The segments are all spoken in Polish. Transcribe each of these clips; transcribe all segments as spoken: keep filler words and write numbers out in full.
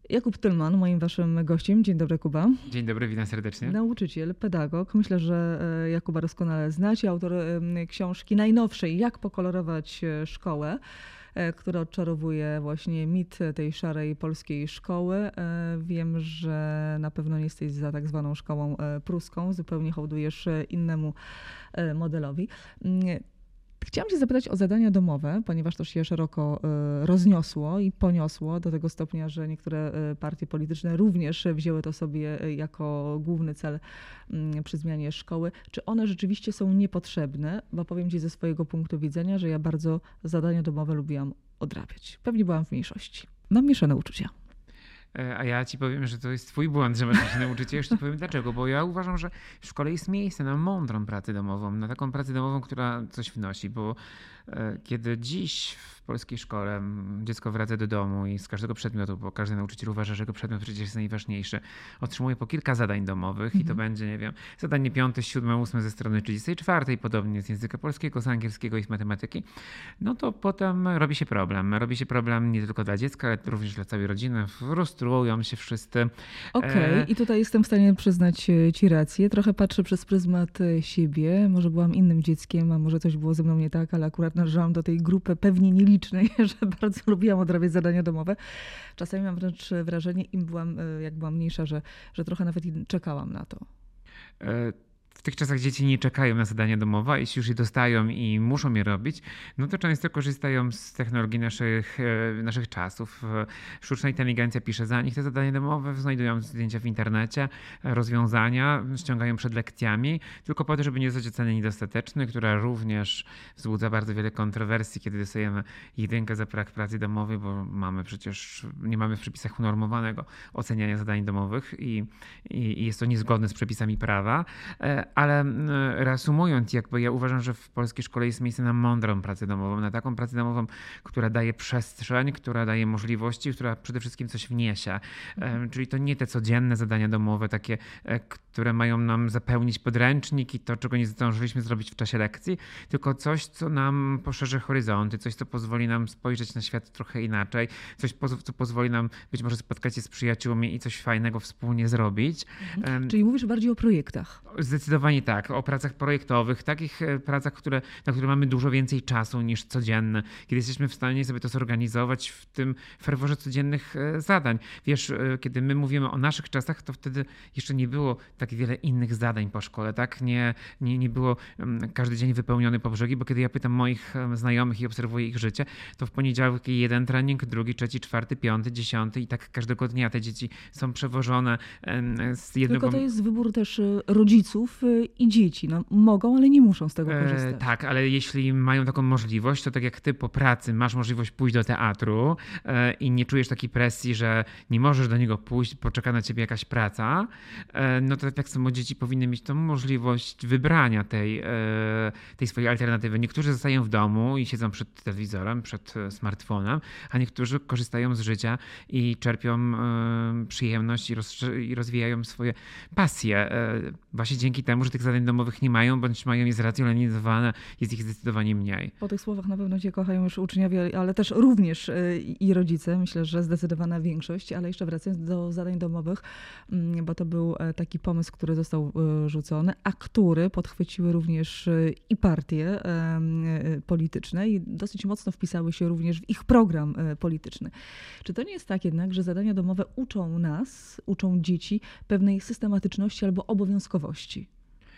Jakub Tylman, moim waszym gościem. Dzień dobry, Kuba. Dzień dobry, witam serdecznie. Nauczyciel, pedagog. Myślę, że Jakuba doskonale znacie. Autor książki najnowszej Jak pokolorować szkołę, która odczarowuje właśnie mit tej szarej polskiej szkoły. Wiem, że na pewno nie jesteś za tak zwaną szkołą pruską. Zupełnie hołdujesz innemu modelowi. Chciałam cię zapytać o zadania domowe, ponieważ to się szeroko rozniosło i poniosło do tego stopnia, że niektóre partie polityczne również wzięły to sobie jako główny cel przy zmianie szkoły. Czy one rzeczywiście są niepotrzebne? Bo powiem ci ze swojego punktu widzenia, że ja bardzo zadania domowe lubiłam odrabiać. Pewnie byłam w mniejszości. Mam mieszane uczucia. A ja ci powiem, że to jest twój błąd, że masz się nauczyć. Ja już ci powiem dlaczego, bo ja uważam, że w szkole jest miejsce na mądrą pracę domową, na taką pracę domową, która coś wnosi, bo kiedy dziś w polskiej szkole dziecko wraca do domu i z każdego przedmiotu, bo każdy nauczyciel uważa, że jego przedmiot przecież jest najważniejszy, otrzymuje po kilka zadań domowych mhm. i to będzie, nie wiem, zadanie piąte, siódme, ósme ze strony trzydziestej czwartej, podobnie z języka polskiego, z angielskiego i z matematyki, no to potem robi się problem. Robi się problem nie tylko dla dziecka, ale również dla całej rodziny. Frustrują się wszyscy. Okej, okay. I tutaj jestem w stanie przyznać ci rację. Trochę patrzę przez pryzmat siebie. Może byłam innym dzieckiem, a może coś było ze mną nie tak, ale akurat należałam do tej grupy pewnie nielicznej, że bardzo lubiłam odrabiać zadania domowe. Czasami mam wręcz wrażenie, im byłam, jak byłam mniejsza, że, że trochę nawet czekałam na to. E- W tych czasach dzieci nie czekają na zadania domowe, jeśli już je dostają i muszą je robić, no to często korzystają z technologii naszych, naszych czasów. Sztuczna inteligencja pisze za nich te zadania domowe, znajdują zdjęcia w internecie, rozwiązania, ściągają przed lekcjami, tylko po to, żeby nie dostać oceny niedostatecznej, która również wzbudza bardzo wiele kontrowersji, kiedy dostajemy jedynkę za brak pracy domowej, bo mamy przecież, nie mamy w przepisach unormowanego oceniania zadań domowych i, i, i jest to niezgodne z przepisami prawa. Ale reasumując, jakby ja uważam, że w polskiej szkole jest miejsce na mądrą pracę domową, na taką pracę domową, która daje przestrzeń, która daje możliwości, która przede wszystkim coś wniesie. Mhm. Czyli to nie te codzienne zadania domowe, takie, które mają nam zapełnić podręcznik i to, czego nie zdążyliśmy zrobić w czasie lekcji, tylko coś, co nam poszerzy horyzonty, coś, co pozwoli nam spojrzeć na świat trochę inaczej, coś, co pozwoli nam być może spotkać się z przyjaciółmi i coś fajnego wspólnie zrobić. Mhm. Czyli mówisz bardziej o projektach. Zdecydowanie tak, o pracach projektowych, takich pracach, które, na które mamy dużo więcej czasu niż codzienne, kiedy jesteśmy w stanie sobie to zorganizować w tym ferworze codziennych zadań. Wiesz, kiedy my mówimy o naszych czasach, to wtedy jeszcze nie było tak wiele innych zadań po szkole, tak? Nie, nie, nie było każdy dzień wypełniony po brzegi, bo kiedy ja pytam moich znajomych i obserwuję ich życie, to w poniedziałek jeden trening, drugi, trzeci, czwarty, piąty, dziesiąty i tak każdego dnia te dzieci są przewożone z jednego... Tylko to jest wybór też rodziców i dzieci. No, mogą, ale nie muszą z tego korzystać. E, tak, ale jeśli mają taką możliwość, to tak jak ty po pracy masz możliwość pójść do teatru e, i nie czujesz takiej presji, że nie możesz do niego pójść, bo czeka na ciebie jakaś praca, e, no to tak samo dzieci powinny mieć tą możliwość wybrania tej, e, tej swojej alternatywy. Niektórzy zostają w domu i siedzą przed telewizorem, przed smartfonem, a niektórzy korzystają z życia i czerpią e, przyjemność i, roz, i rozwijają swoje pasje. E, właśnie dzięki temu, że tych zadań domowych nie mają, bądź mają je zracjonalizowane, jest ich zdecydowanie mniej. Po tych słowach na pewno cię kochają już uczniowie, ale też również i rodzice. Myślę, że zdecydowana większość, ale jeszcze wracając do zadań domowych, bo to był taki pomysł, który został rzucony, a który podchwyciły również i partie polityczne i dosyć mocno wpisały się również w ich program polityczny. Czy to nie jest tak jednak, że zadania domowe uczą nas, uczą dzieci pewnej systematyczności albo obowiązkowości?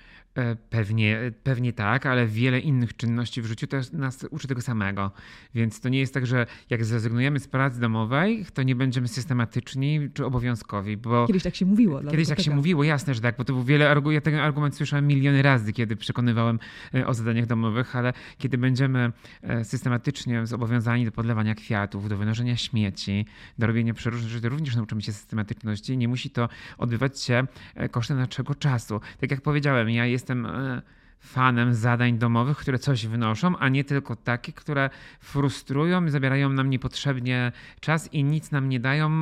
Pewnie, pewnie tak, ale wiele innych czynności w życiu też nas uczy tego samego. Więc to nie jest tak, że jak zrezygnujemy z pracy domowej, to nie będziemy systematyczni czy obowiązkowi. Bo kiedyś tak się mówiło. Kiedyś tak się mówiło, jasne, że tak, bo to był wiele argumentów. Ja ten argument słyszałem miliony razy, kiedy przekonywałem o zadaniach domowych, ale kiedy będziemy systematycznie zobowiązani do podlewania kwiatów, do wynoszenia śmieci, do robienia przeróżnych rzeczy, również nauczymy się systematyczności. Nie musi to odbywać się kosztem naszego czasu. Tak jak powiedziałem, ja jestem Jestem fanem zadań domowych, które coś wnoszą, a nie tylko takie, które frustrują i zabierają nam niepotrzebnie czas i nic nam nie dają.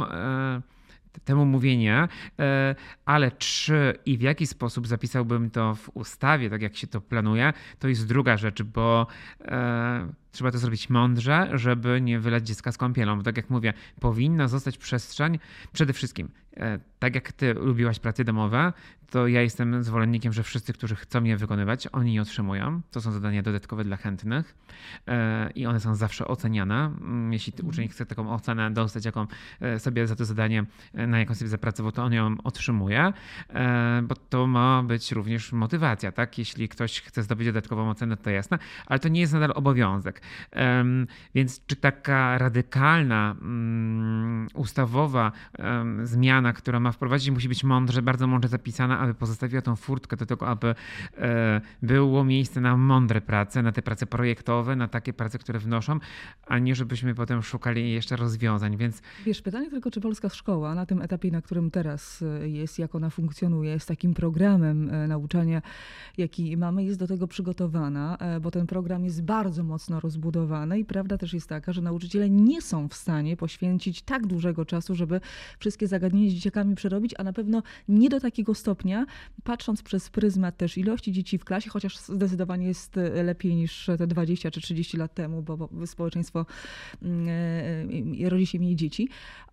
Temu mówienia, ale czy i w jaki sposób zapisałbym to w ustawie, tak jak się to planuje, to jest druga rzecz, bo trzeba to zrobić mądrze, żeby nie wylać dziecka z kąpielą. Bo tak jak mówię, powinna zostać przestrzeń przede wszystkim. Tak jak ty lubiłaś prace domowe, to ja jestem zwolennikiem, że wszyscy, którzy chcą je wykonywać, oni je otrzymują. To są zadania dodatkowe dla chętnych i one są zawsze oceniane. Jeśli uczeń chce taką ocenę dostać, jaką sobie za to zadanie, na jaką sobie zapracował, to on ją otrzymuje, bo to ma być również motywacja, tak? Jeśli ktoś chce zdobyć dodatkową ocenę, to jasne, ale to nie jest nadal obowiązek. Więc czy taka radykalna, ustawowa zmiana, która ma wprowadzić, musi być mądrze, bardzo mądrze zapisana, aby pozostawiła tą furtkę do tego, aby było miejsce na mądre prace, na te prace projektowe, na takie prace, które wnoszą, a nie żebyśmy potem szukali jeszcze rozwiązań. Więc wiesz, pytanie tylko, czy polska szkoła na tym etapie, na którym teraz jest, jak ona funkcjonuje, z takim programem nauczania, jaki mamy, jest do tego przygotowana, bo ten program jest bardzo mocno rozbudowany i prawda też jest taka, że nauczyciele nie są w stanie poświęcić tak dużego czasu, żeby wszystkie zagadnienia z dzieciakami przerobić, a na pewno nie do takiego stopnia, patrząc przez pryzmat też ilości dzieci w klasie, chociaż zdecydowanie jest lepiej niż te dwadzieścia czy trzydzieści lat temu, bo społeczeństwo rodzi się mniej dzieci.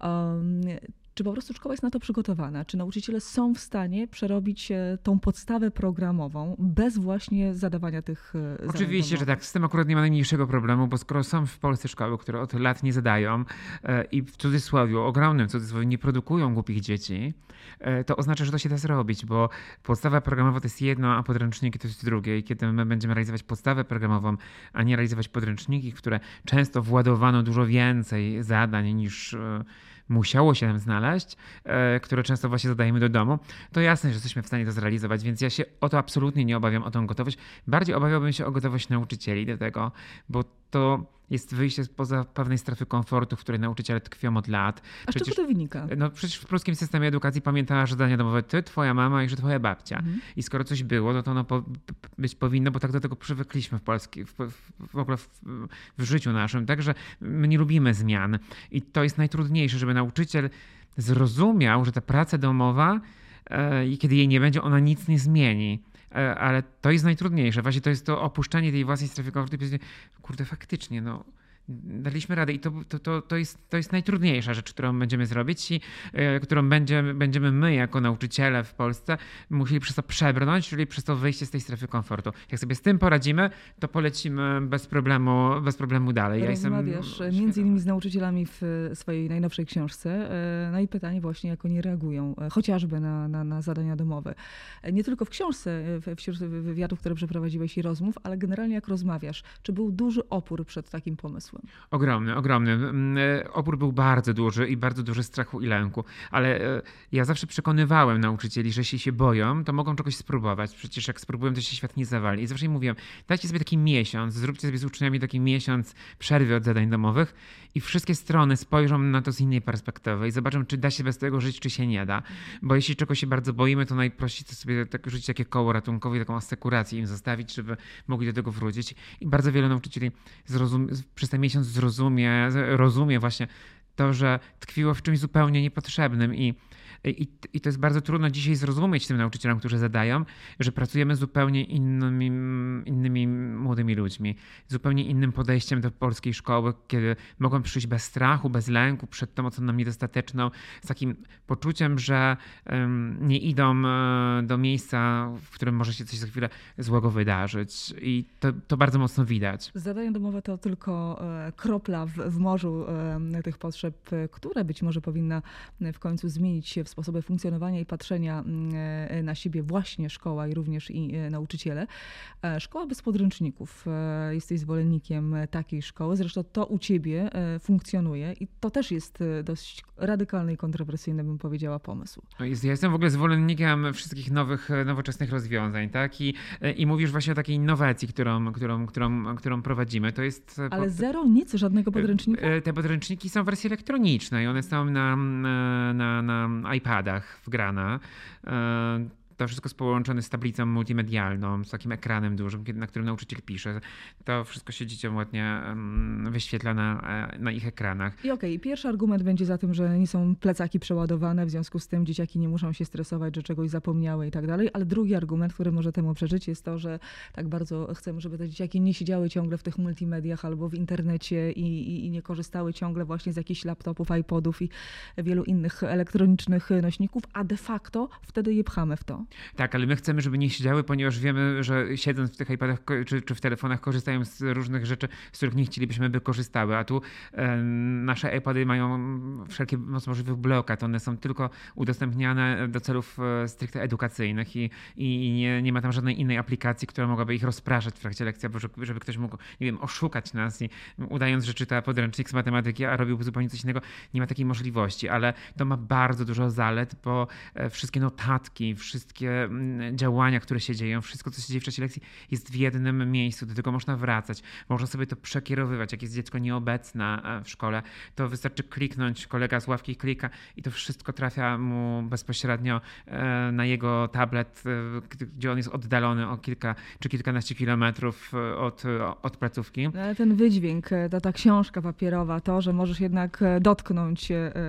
Czy po prostu szkoła jest na to przygotowana? Czy nauczyciele są w stanie przerobić tą podstawę programową bez właśnie zadawania tych zadań? Oczywiście, że tak. Z tym akurat nie ma najmniejszego problemu, bo skoro są w Polsce szkoły, które od lat nie zadają i w cudzysłowie, ogromnym cudzysłowie, nie produkują głupich dzieci, to oznacza, że to się da zrobić, bo podstawa programowa to jest jedno, a podręczniki to jest drugie. I kiedy my będziemy realizować podstawę programową, a nie realizować podręczniki, które często władowano dużo więcej zadań niż musiało się nam znaleźć, które często właśnie zadajemy do domu, to jasne, że jesteśmy w stanie to zrealizować, więc ja się o to absolutnie nie obawiam, o tą gotowość. Bardziej obawiałbym się o gotowość nauczycieli do tego, bo to jest wyjście poza pewnej strefy komfortu, w której nauczyciele tkwią od lat. A z czego to wynika? No przecież w polskim systemie edukacji pamięta zadania domowe ty, twoja mama i że twoja babcia. Mhm. I skoro coś było, no to ono po, być powinno, bo tak do tego przywykliśmy w Polsce, w, w ogóle w, w życiu naszym. Także my nie lubimy zmian. I to jest najtrudniejsze, żeby nauczyciel zrozumiał, że ta praca domowa e, i kiedy jej nie będzie, ona nic nie zmieni. Ale to jest najtrudniejsze. Właśnie to jest to opuszczanie tej własnej strefy komfortu. Kurde, faktycznie, no daliśmy radę i to, to, to, to, jest, to jest najtrudniejsza rzecz, którą będziemy zrobić i y, którą będzie, będziemy my jako nauczyciele w Polsce musieli przez to przebrnąć, czyli przez to wyjście z tej strefy komfortu. Jak sobie z tym poradzimy, to polecimy bez problemu, bez problemu dalej. Ja Rozmawiasz jestem między innymi z nauczycielami w swojej najnowszej książce. No i pytanie właśnie, jak oni reagują, chociażby na, na, na zadania domowe. Nie tylko w książce, wśród wywiadów, które przeprowadziłeś i rozmów, ale generalnie jak rozmawiasz. Czy był duży opór przed takim pomysłem? Ogromny, ogromny. Opór był bardzo duży i bardzo duży strachu i lęku, ale ja zawsze przekonywałem nauczycieli, że jeśli się boją, to mogą czegoś spróbować. Przecież jak spróbują, to się świat nie zawali. I zawsze im mówiłem, dajcie sobie taki miesiąc, zróbcie sobie z uczniami taki miesiąc przerwy od zadań domowych i wszystkie strony spojrzą na to z innej perspektywy i zobaczą, czy da się bez tego żyć, czy się nie da. Bo jeśli czegoś się bardzo boimy, to najprościej to sobie tak rzucić takie koło ratunkowe, taką asekurację im zostawić, żeby mogli do tego wrócić. I bardzo wielu nauczycieli zrozum- przez ten miesiąc zrozumie, rozumie właśnie to, że tkwiło w czymś zupełnie niepotrzebnym i, i, i to jest bardzo trudno dzisiaj zrozumieć tym nauczycielom, którzy zadają, że pracujemy z zupełnie innymi, innymi młodymi ludźmi, zupełnie innym podejściem do polskiej szkoły, kiedy mogą przyjść bez strachu, bez lęku przed tą oceną niedostateczną, z takim poczuciem, że um, nie idą do miejsca, w którym może się coś za chwilę złego wydarzyć i to, to bardzo mocno widać. Zadania domowe to tylko kropla w, w morzu tych potrzeb, które być może powinna w końcu zmienić się w sposobie funkcjonowania i patrzenia na siebie właśnie szkoła i również i nauczyciele. Szkoła bez podręczników. Jesteś zwolennikiem takiej szkoły. Zresztą to u ciebie funkcjonuje i to też jest dość radykalny i kontrowersyjny, bym powiedziała, pomysł. Ja jestem w ogóle zwolennikiem wszystkich nowych, nowoczesnych rozwiązań, tak? I, i mówisz właśnie o takiej innowacji, którą, którą, którą, którą prowadzimy. To jest... Ale pod... zero, nic, żadnego podręcznika? Te podręczniki są w wersji elektronicznej. One są na, na, na, na iPadach wgrane. to wszystko jest połączone z tablicą multimedialną, z takim ekranem dużym, na którym nauczyciel pisze. To wszystko się dzieciom ładnie wyświetla na, na ich ekranach. I okej, okay, pierwszy argument będzie za tym, że nie są plecaki przeładowane, w związku z tym dzieciaki nie muszą się stresować, że czegoś zapomniały i tak dalej, ale drugi argument, który może temu przeżyć, jest to, że tak bardzo chcemy, żeby te dzieciaki nie siedziały ciągle w tych multimediach albo w internecie i, i, i nie korzystały ciągle właśnie z jakichś laptopów, iPodów i wielu innych elektronicznych nośników, a de facto wtedy je pchamy w to. Tak, ale my chcemy, żeby nie siedziały, ponieważ wiemy, że siedząc w tych iPadach czy, czy w telefonach korzystają z różnych rzeczy, z których nie chcielibyśmy, by korzystały, a tu e, nasze iPady mają wszelkie możliwych blokad, one są tylko udostępniane do celów stricte edukacyjnych i, i nie, nie ma tam żadnej innej aplikacji, która mogłaby ich rozpraszać w trakcie lekcji, albo żeby, żeby ktoś mógł, nie wiem, oszukać nas i udając, że czyta podręcznik z matematyki, a robił zupełnie coś innego. Nie ma takiej możliwości, ale to ma bardzo dużo zalet, bo wszystkie notatki, wszystkie działania, które się dzieją, wszystko, co się dzieje w czasie lekcji jest w jednym miejscu, do tego można wracać, można sobie to przekierowywać. Jak jest dziecko nieobecne w szkole, to wystarczy kliknąć, kolega z ławki klika i to wszystko trafia mu bezpośrednio na jego tablet, gdzie on jest oddalony o kilka czy kilkanaście kilometrów od, od placówki. Ale ten wydźwięk, ta, ta książka papierowa, to, że możesz jednak dotknąć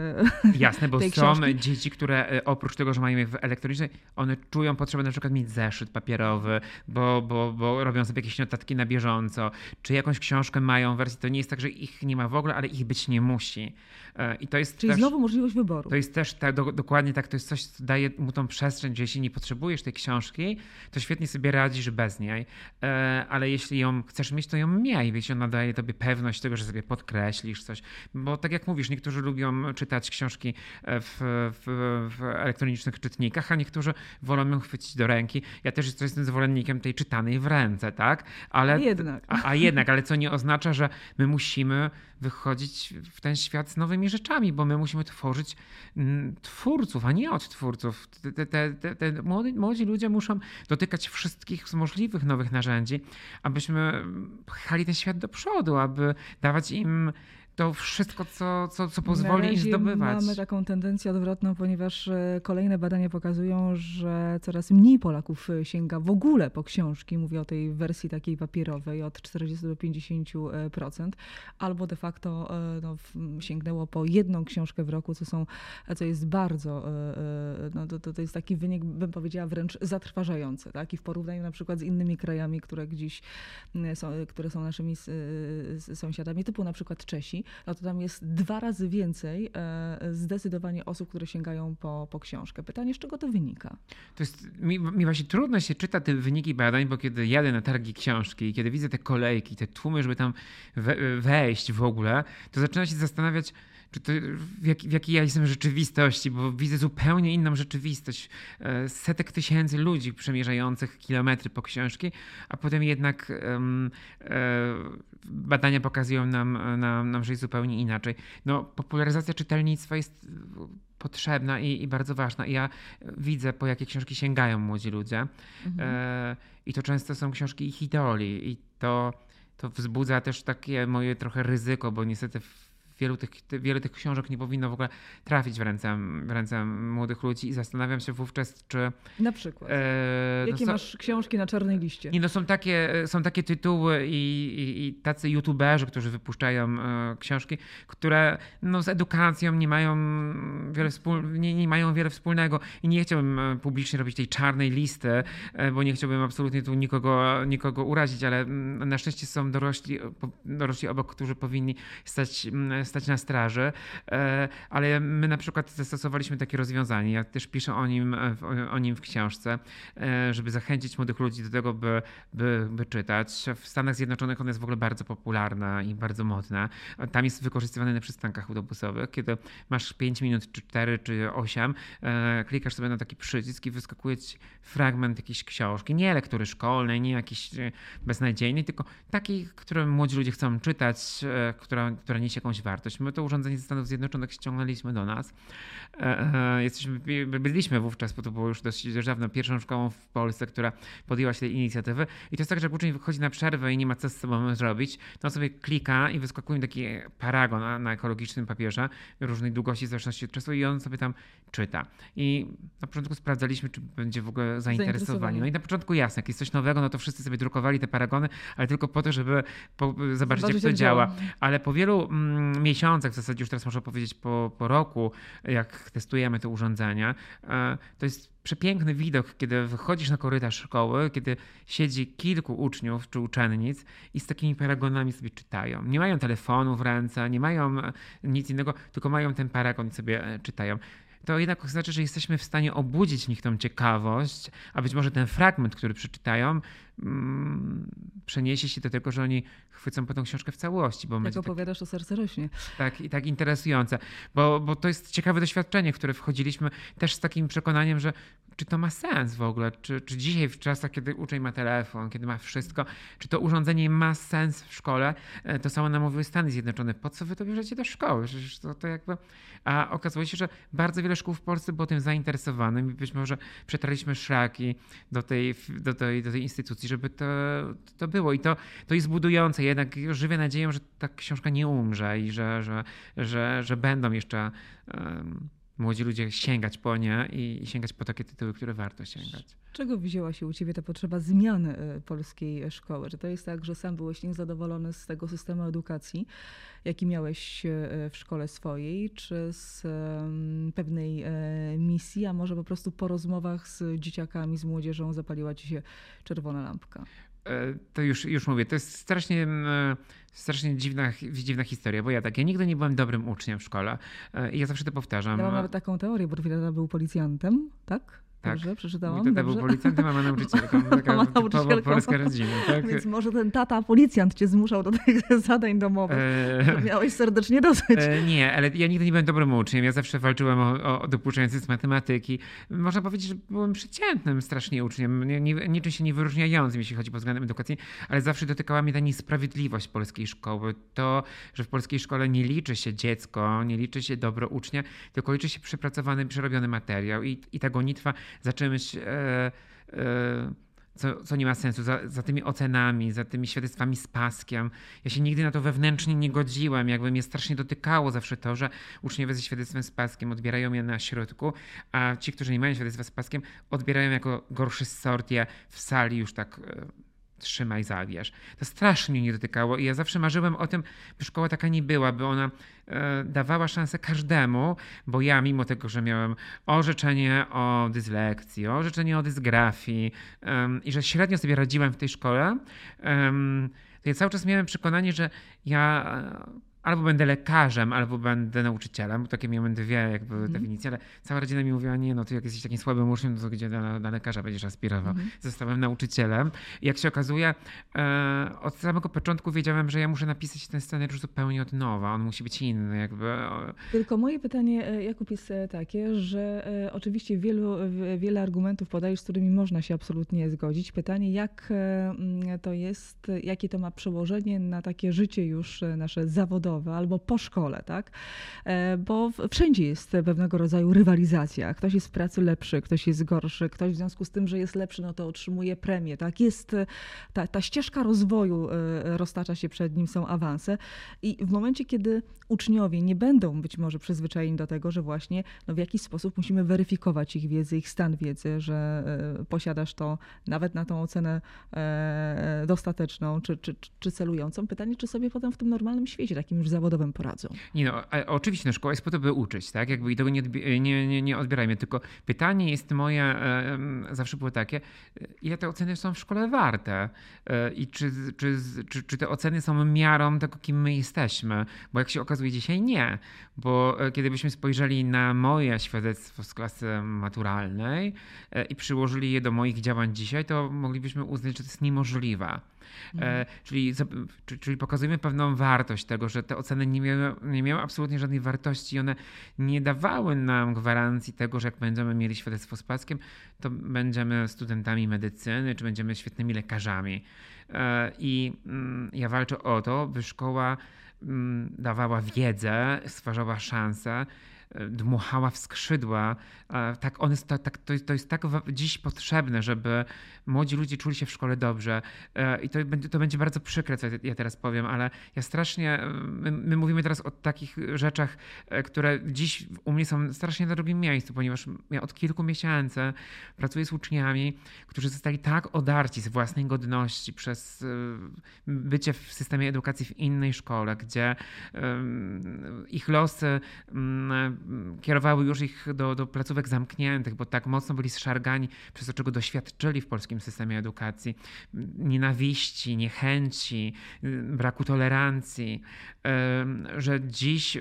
Jasne, bo tej są książki. dzieci, które oprócz tego, że mają je w elektronicznej, one czują potrzebę na przykład mieć zeszyt papierowy, bo, bo, bo robią sobie jakieś notatki na bieżąco, czy jakąś książkę mają w wersji, to nie jest tak, że ich nie ma w ogóle, ale ich być nie musi. I to jest Czyli też, znowu możliwość wyboru. To jest też tak, do, dokładnie tak, to jest coś, co daje mu tą przestrzeń, że jeśli nie potrzebujesz tej książki, to świetnie sobie radzisz bez niej, ale jeśli ją chcesz mieć, to ją miej, jeśli ona daje tobie pewność tego, że sobie podkreślisz coś, bo tak jak mówisz, niektórzy lubią czytać książki w, w, w elektronicznych czytnikach, a niektórzy wolą ją chwycić do ręki. Ja też jestem zwolennikiem tej czytanej w ręce, tak? Ale, a jednak. A, a jednak, ale co nie oznacza, że my musimy wychodzić w ten świat z nowymi rzeczami, bo my musimy tworzyć twórców, a nie odtwórców. Te, te, te, te młodzi, młodzi ludzie muszą dotykać wszystkich możliwych nowych narzędzi, abyśmy pchali ten świat do przodu, aby dawać im to wszystko, co, co, co pozwoli im zdobywać. Mamy taką tendencję odwrotną, ponieważ kolejne badania pokazują, że coraz mniej Polaków sięga w ogóle po książki. Mówię o tej wersji takiej papierowej, od czterdziestu do pięćdziesięciu procent. Albo de facto no, sięgnęło po jedną książkę w roku, co, są, co jest bardzo, no, to, to jest taki wynik, bym powiedziała, wręcz zatrważający. Tak? I w porównaniu na przykład z innymi krajami, które gdzieś są, które są naszymi sąsiadami, typu na przykład Czesi, no to tam jest dwa razy więcej zdecydowanie osób, które sięgają po, po książkę. Pytanie, z czego to wynika? To jest, mi, mi właśnie trudno się czyta te wyniki badań, bo kiedy jadę na targi książki i kiedy widzę te kolejki, te tłumy, żeby tam we, wejść w ogóle, to zaczynam się zastanawiać, czy to w, jak, w jakiej ja jestem rzeczywistości, bo widzę zupełnie inną rzeczywistość. Setek tysięcy ludzi przemierzających kilometry po książki, a potem jednak um, um, badania pokazują nam, nam, nam, że jest zupełnie inaczej. No, popularyzacja czytelnictwa jest potrzebna i, i bardzo ważna. I ja widzę, po jakie książki sięgają młodzi ludzie. Mhm. E, I to często są książki ich idoli. I to, to wzbudza też takie moje trochę ryzyko, bo niestety Wielu tych, wiele tych książek nie powinno w ogóle trafić w ręce, w ręce młodych ludzi i zastanawiam się wówczas, czy... Na przykład. E, Jakie no, masz książki na czarnej liście? Nie, no są takie, są takie tytuły i, i, i tacy youtuberzy, którzy wypuszczają e, książki, które no, z edukacją nie mają, wiele wspól, nie, nie mają wiele wspólnego i nie chciałbym publicznie robić tej czarnej listy, e, bo nie chciałbym absolutnie tu nikogo, nikogo urazić, ale na szczęście są dorośli, dorośli obok, którzy powinni stać stać na straży, ale my na przykład zastosowaliśmy takie rozwiązanie. Ja też piszę o nim, o nim w książce, żeby zachęcić młodych ludzi do tego, by, by, by czytać. W Stanach Zjednoczonych ona jest w ogóle bardzo popularna i bardzo modna. Tam jest wykorzystywane na przystankach autobusowych, kiedy masz pięć minut, czy cztery, czy osiem, klikasz sobie na taki przycisk i wyskakuje ci fragment jakiejś książki. Nie lektury szkolnej, nie jakiejś beznadziejnej, tylko takiej, którą młodzi ludzie chcą czytać, która, która niesie jakąś wartość. wartość. My to urządzenie ze Stanów Zjednoczonych ściągnęliśmy do nas. Jesteśmy, byliśmy wówczas, bo to było już dość dawno, pierwszą szkołą w Polsce, która podjęła się tej inicjatywy. I to jest tak, że jak uczeń wychodzi na przerwę i nie ma co z sobą zrobić, to on sobie klika i wyskakuje taki paragon na, na ekologicznym papierze różnej długości w zależności od czasu i on sobie tam czyta. I na początku sprawdzaliśmy, czy będzie w ogóle zainteresowani. No i na początku jasne, jak jest coś nowego, no to wszyscy sobie drukowali te paragony, ale tylko po to, żeby po, zobaczyć, Zobaczyć, jak to jak działa. działa. Ale po wielu mm, miesiącach, w zasadzie już teraz można powiedzieć po, po roku, jak testujemy te urządzenia, e, to jest przepiękny widok, kiedy wychodzisz na korytarz szkoły, kiedy siedzi kilku uczniów czy uczennic i z takimi paragonami sobie czytają. Nie mają telefonu w ręce, nie mają nic innego, tylko mają ten paragon i sobie czytają. To jednak znaczy, że jesteśmy w stanie obudzić w nich tą ciekawość, a być może ten fragment, który przeczytają, mm, przeniesie się do tego, że oni chwycą po tą książkę w całości. Bo Jak opowiadasz, to serce rośnie. Tak, i tak interesujące, bo, bo to jest ciekawe doświadczenie, w które wchodziliśmy też z takim przekonaniem, że czy to ma sens w ogóle, czy, czy dzisiaj w czasach, kiedy uczeń ma telefon, kiedy ma wszystko, czy to urządzenie ma sens w szkole. To samo nam mówiły Stany Zjednoczone. Po co wy to bierzecie do szkoły? Przecież to, to jakby... A okazało się, że bardzo wiele szkół w Polsce było tym zainteresowanym i być może przetarliśmy szlaki do tej, do tej, do tej instytucji, żeby to, to było. I to, to jest budujące. Jednak żywię nadzieję, że ta książka nie umrze i że, że, że, że będą jeszcze um, młodzi ludzie sięgać po nie i, i sięgać po takie tytuły, które warto sięgać. Czego wzięła się u ciebie ta potrzeba zmiany polskiej szkoły? Czy to jest tak, że sam byłeś niezadowolony z tego systemu edukacji, jaki miałeś w szkole swojej, czy z pewnej misji, a może po prostu po rozmowach z dzieciakami, z młodzieżą zapaliła ci się czerwona lampka? To już, już mówię, to jest strasznie, strasznie dziwna, dziwna historia, bo ja tak, ja nigdy nie byłem dobrym uczniem w szkole i ja zawsze to powtarzam. Ja mam nawet taką teorię, bo twój tata był policjantem, tak? Tak. Dobrze, przeczytałam. Mój tata Dobrze. był policjantem, a mama nauczycielką. Taka Mama nauczycielką. polska rodzina. Tak? Więc może ten tata policjant cię zmuszał do tych zadań domowych. E... Miałeś serdecznie dosyć. E, nie, ale ja nigdy nie byłem dobrym uczniem. Ja zawsze walczyłem o, o dopuszczający z matematyki. Można powiedzieć, że byłem przeciętnym strasznie uczniem. Nie, nie, niczym się nie wyróżniającym, jeśli chodzi pod względem edukacji, ale zawsze dotykała mnie ta niesprawiedliwość polskiej szkoły. To, że w polskiej szkole nie liczy się dziecko, nie liczy się dobro ucznia, tylko liczy się przepracowany, przerobiony materiał i, i ta gonitwa za czymś, e, e, co, co nie ma sensu, za, za tymi ocenami, za tymi świadectwami z paskiem. Ja się nigdy na to wewnętrznie nie godziłem, jakby mnie strasznie dotykało zawsze to, że uczniowie ze świadectwem z paskiem odbierają je na środku, a ci, którzy nie mają świadectwa z paskiem, odbierają jako gorszy sort je w sali już tak... E, trzymaj, zabierz. To strasznie mnie nie dotykało i ja zawsze marzyłem o tym, by szkoła taka nie była, by ona e, dawała szansę każdemu, bo ja mimo tego, że miałem orzeczenie o dyslekcji, orzeczenie o dysgrafii um, i że średnio sobie radziłem w tej szkole, um, to ja cały czas miałem przekonanie, że ja albo będę lekarzem, albo będę nauczycielem, bo takie miałem dwie jakby mm. definicje, ale cała rodzina mi mówiła, nie no, ty jak jesteś takim słabym uczniem, to gdzie na, na lekarza będziesz aspirował. Mm. Zostałem nauczycielem. I jak się okazuje, e, od samego początku wiedziałem, że ja muszę napisać ten scenariusz zupełnie od nowa, on musi być inny jakby. Tylko moje pytanie, Jakub, jest takie, że e, oczywiście wielu, wiele argumentów podajesz, z którymi można się absolutnie zgodzić. Pytanie, jak e, to jest, jakie to ma przełożenie na takie życie już nasze zawodowe, albo po szkole, tak? Bo wszędzie jest pewnego rodzaju rywalizacja. Ktoś jest w pracy lepszy, ktoś jest gorszy, ktoś w związku z tym, że jest lepszy, no to otrzymuje premię, tak? Jest ta, ta ścieżka rozwoju roztacza się przed nim, są awanse i w momencie, kiedy uczniowie nie będą być może przyzwyczajeni do tego, że właśnie no w jakiś sposób musimy weryfikować ich wiedzę, ich stan wiedzy, że posiadasz to nawet na tą ocenę dostateczną czy, czy, czy celującą. Pytanie, czy sobie potem w tym normalnym świecie, takim już zawodowym poradzą. Nie no, oczywiście no, szkoła jest po to, by uczyć, tak? Jakby i tego nie, odbi- nie, nie, nie odbierajmy, tylko pytanie jest moje, e, zawsze było takie, ile te oceny są w szkole warte e, i czy, czy, czy, czy te oceny są miarą tego, kim my jesteśmy, bo jak się okazuje dzisiaj nie, bo e, kiedy byśmy spojrzeli na moje świadectwo z klasy maturalnej e, i przyłożyli je do moich działań dzisiaj, to moglibyśmy uznać, że to jest niemożliwe. E, czyli, czyli pokazujemy pewną wartość tego, że te oceny nie miały, nie miały absolutnie żadnej wartości i one nie dawały nam gwarancji tego, że jak będziemy mieli świadectwo z paskiem, to będziemy studentami medycyny, czy będziemy świetnymi lekarzami. I ja walczę o to, by szkoła dawała wiedzę, stwarzała szanse, dmuchała w skrzydła. Tak, one, tak, to, jest, to jest tak dziś potrzebne, żeby młodzi ludzie czuli się w szkole dobrze. I to będzie, to będzie bardzo przykre, co ja teraz powiem, ale ja strasznie, my, my mówimy teraz o takich rzeczach, które dziś u mnie są strasznie na drugim miejscu, ponieważ ja od kilku miesięcy pracuję z uczniami, którzy zostali tak odarci z własnej godności przez bycie w systemie edukacji w innej szkole, gdzie ich losy kierowały już ich do, do placówek zamkniętych, bo tak mocno byli zszargani przez to, czego doświadczyli w polskim systemie edukacji. Nienawiści, niechęci, braku tolerancji, że dziś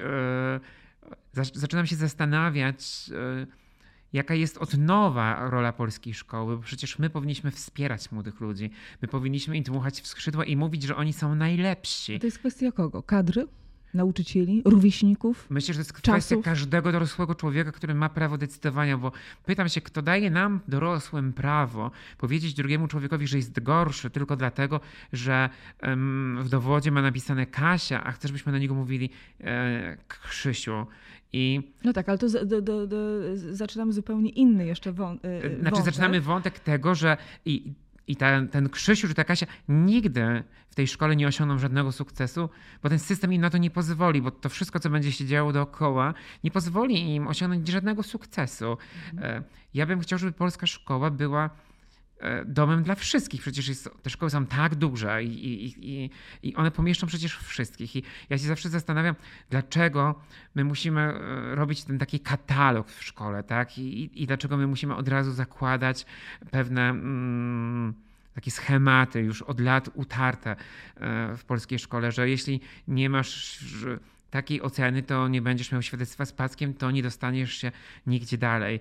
zaczynam się zastanawiać, jaka jest od nowa rola polskiej szkoły, bo przecież my powinniśmy wspierać młodych ludzi. My powinniśmy im dmuchać w skrzydła i mówić, że oni są najlepsi. A to jest kwestia kogo? Kadry? Nauczycieli, rówieśników, Myślę, że to jest czasów. kwestia każdego dorosłego człowieka, który ma prawo decydowania, bo pytam się, kto daje nam, dorosłym, prawo powiedzieć drugiemu człowiekowi, że jest gorszy tylko dlatego, że um, w dowodzie ma napisane Kasia, a chcesz, żebyśmy na niego mówili e, Krzysiu. I no tak, ale to z, do, do, do, zaczynamy zupełnie inny jeszcze wą, yy, Znaczy wątek. zaczynamy wątek tego, że i, i ta, ten Krzysiu czy ta Kasia nigdy w tej szkole nie osiągną żadnego sukcesu, bo ten system im na to nie pozwoli, bo to wszystko, co będzie się działo dookoła, nie pozwoli im osiągnąć żadnego sukcesu. Mhm. Ja bym chciał, żeby polska szkoła była domem dla wszystkich. Przecież jest, te szkoły są tak duże i, i, i, i one pomieszczą przecież wszystkich. I ja się zawsze zastanawiam, dlaczego my musimy robić ten taki katalog w szkole, tak? I, i dlaczego my musimy od razu zakładać pewne mm, takie schematy już od lat utarte w polskiej szkole, że jeśli nie masz takiej oceny, to nie będziesz miał świadectwa z paskiem, to nie dostaniesz się nigdzie dalej.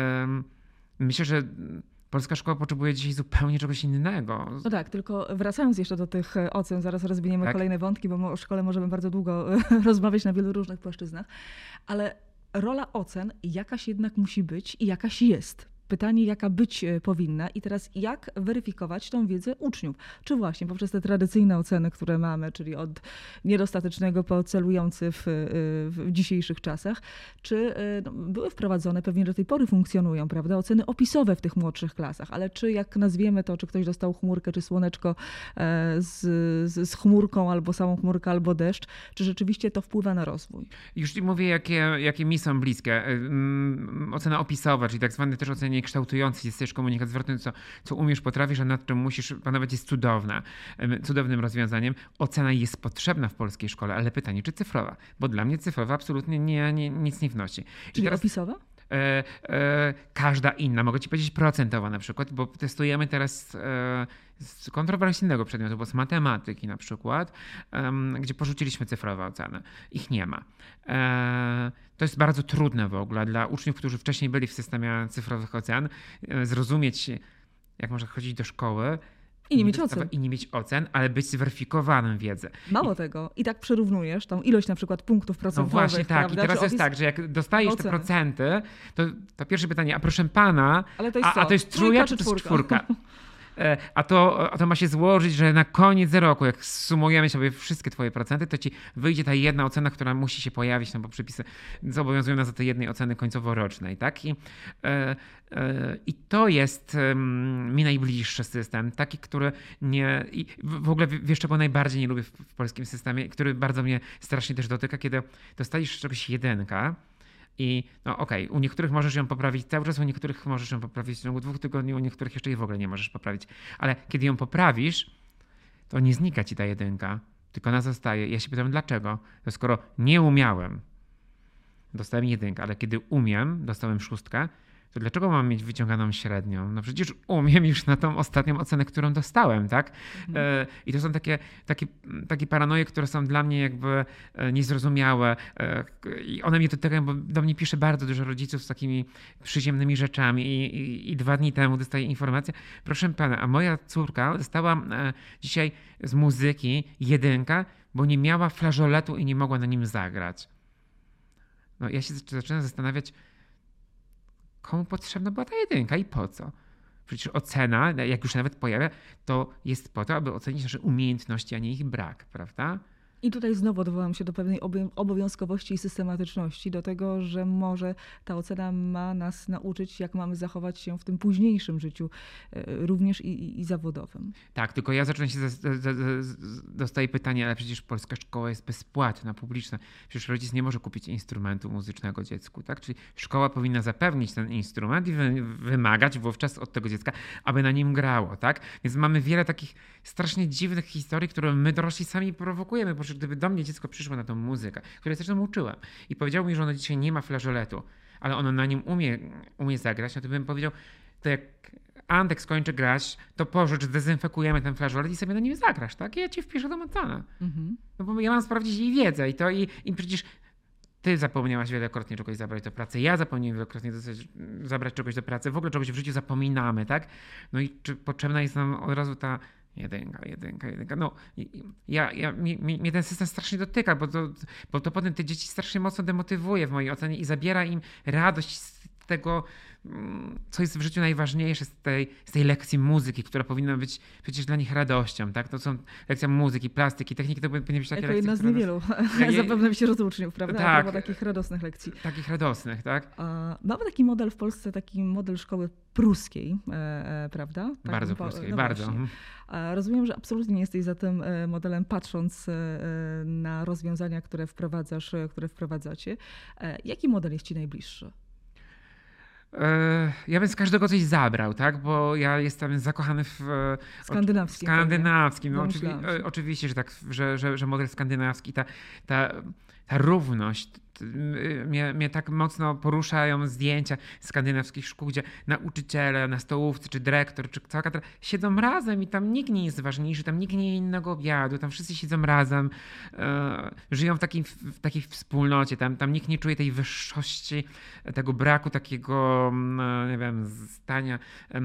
Myślę, że polska szkoła potrzebuje dzisiaj zupełnie czegoś innego. No tak, tylko wracając jeszcze do tych ocen, zaraz rozwiniemy tak? kolejne wątki, bo o szkole możemy bardzo długo rozmawiać na wielu różnych płaszczyznach, ale rola ocen jakaś jednak musi być i jakaś jest. Pytanie, jaka być powinna i teraz jak weryfikować tą wiedzę uczniów? Czy właśnie poprzez te tradycyjne oceny, które mamy, czyli od niedostatecznego po celujący w, w dzisiejszych czasach, czy no, były wprowadzone, pewnie do tej pory funkcjonują, prawda, oceny opisowe w tych młodszych klasach, ale czy jak nazwiemy to, czy ktoś dostał chmurkę, czy słoneczko z, z, z chmurką, albo samą chmurkę, albo deszcz, czy rzeczywiście to wpływa na rozwój? Już ci mówię, jakie, jakie mi są bliskie. Ocena opisowa, czyli tak zwane też oceny kształtujący jest też komunikat zwrotny, co, co umiesz, potrafisz, a nad czym musisz panować, jest cudowna, cudownym rozwiązaniem. Ocena jest potrzebna w polskiej szkole, ale pytanie, czy cyfrowa? Bo dla mnie cyfrowa absolutnie nie, nie, nic nie wnosi. Czyli teraz, opisowa? E, e, każda inna, mogę ci powiedzieć procentowa na przykład, bo testujemy teraz e, z kontrowersyjnego przedmiotu, bo z matematyki na przykład, e, gdzie porzuciliśmy cyfrowe oceny. Ich nie ma. E, to jest bardzo trudne w ogóle dla uczniów, którzy wcześniej byli w systemie cyfrowych ocen, e, zrozumieć, jak można chodzić do szkoły, I nie mieć ocen. I nie mieć ocen, ale być zweryfikowanym w wiedzy. Mało I... tego. I tak przyrównujesz tą ilość na przykład punktów procentowych. No właśnie tak. Prawda? I teraz Czy jest opis... tak, że jak dostajesz oceny. te procenty, to, to pierwsze pytanie, a proszę pana, ale to jest a, co? a to jest trójka czy to jest czwórka? A to, a to ma się złożyć, że na koniec roku, jak sumujemy sobie wszystkie twoje procenty, to ci wyjdzie ta jedna ocena, która musi się pojawić, no bo przepisy zobowiązują nas do tej jednej oceny końcowo-rocznej, tak? I, e, e, i to jest e, mi najbliższy system, taki, który nie... I w ogóle wiesz, czego najbardziej nie lubię w, w polskim systemie, który bardzo mnie strasznie też dotyka, kiedy dostajesz czegoś jedynka, i no okej, okay, u niektórych możesz ją poprawić cały czas, u niektórych możesz ją poprawić w ciągu dwóch tygodni, u niektórych jeszcze jej w ogóle nie możesz poprawić. Ale kiedy ją poprawisz, to nie znika ci ta jedynka, tylko ona zostaje. Ja się pytam, dlaczego? To skoro nie umiałem, dostałem jedynkę, ale kiedy umiem, dostałem szóstkę, to dlaczego mam mieć wyciąganą średnią? No przecież umiem już na tą ostatnią ocenę, którą dostałem, tak? Mhm. I to są takie, takie, takie paranoje, które są dla mnie jakby niezrozumiałe i one mnie dotykają, bo do mnie pisze bardzo dużo rodziców z takimi przyziemnymi rzeczami i, i, i dwa dni temu dostaję informację, proszę pana, a moja córka dostała dzisiaj z muzyki jedynkę, bo nie miała flażoletu i nie mogła na nim zagrać. No ja się zaczynam zastanawiać, komu potrzebna była ta jedynka i po co? Przecież ocena, jak już nawet pojawia, to jest po to, aby ocenić nasze umiejętności, a nie ich brak, prawda? I tutaj znowu odwołam się do pewnej obowiązkowości i systematyczności, do tego, że może ta ocena ma nas nauczyć, jak mamy zachować się w tym późniejszym życiu, również i, i, i zawodowym. Tak, tylko ja zacząłem się, dostaję pytanie, ale przecież polska szkoła jest bezpłatna, publiczna. Przecież rodzic nie może kupić instrumentu muzycznego dziecku, tak? Czyli szkoła powinna zapewnić ten instrument i wymagać wówczas od tego dziecka, aby na nim grało, tak? Więc mamy wiele takich strasznie dziwnych historii, które my dorośli sami prowokujemy, bo gdyby do mnie dziecko przyszło na tą muzykę, której zresztą uczyłem i powiedział mi, że ono dzisiaj nie ma flażoletu, ale ono na nim umie, umie zagrać, no to bym powiedział, to jak Antek skończy grać, to pożycz, zdezynfekujemy ten flażolet i sobie na nim zagrasz, tak? I ja cię wpiszę do Montana. Mhm. No bo ja mam sprawdzić jej wiedzę i to i, i przecież ty zapomniałaś wielokrotnie czegoś zabrać do pracy, ja zapomniałem wielokrotnie zabrać czegoś do pracy, w ogóle czegoś w życiu zapominamy, tak? No i czy potrzebna jest nam od razu ta Jedynka, jedynka, jedynka. No, ja, ja, mnie, mnie ten system strasznie dotyka, bo to, bo to potem te dzieci strasznie mocno demotywuje w mojej ocenie i zabiera im radość z tego, co jest w życiu najważniejsze, z tej, z tej lekcji muzyki, która powinna być przecież dla nich radością, tak? To są lekcja muzyki, plastyki, techniki, to powinny być takie jako lekcje, jedna z niewielu, nas... zapewne wśród uczniów, prawda? Tak. A takich radosnych lekcji. Takich radosnych, tak? A mamy taki model w Polsce, taki model szkoły pruskiej, e, e, prawda? Tak, bardzo po, pruskiej, no bardzo. Właśnie. Rozumiem, że absolutnie nie jesteś za tym modelem, patrząc na rozwiązania, które wprowadzasz, które wprowadzacie. Jaki model jest ci najbliższy? Ja bym z każdego coś zabrał, tak? Bo ja jestem zakochany w skandynawskim. skandynawskim. No, oczywi oczywiście, że tak, że, że, że model skandynawski, ta, ta, ta równość, mnie, mnie tak mocno poruszają zdjęcia skandynawskich szkół, gdzie nauczyciele na stołówce, czy dyrektor, czy cała katedra siedzą razem i tam nikt nie jest ważniejszy, tam nikt nie je innego obiadu, tam wszyscy siedzą razem, e, żyją w takiej, w takiej wspólnocie, tam, tam nikt nie czuje tej wyższości, tego braku takiego, nie wiem, stania,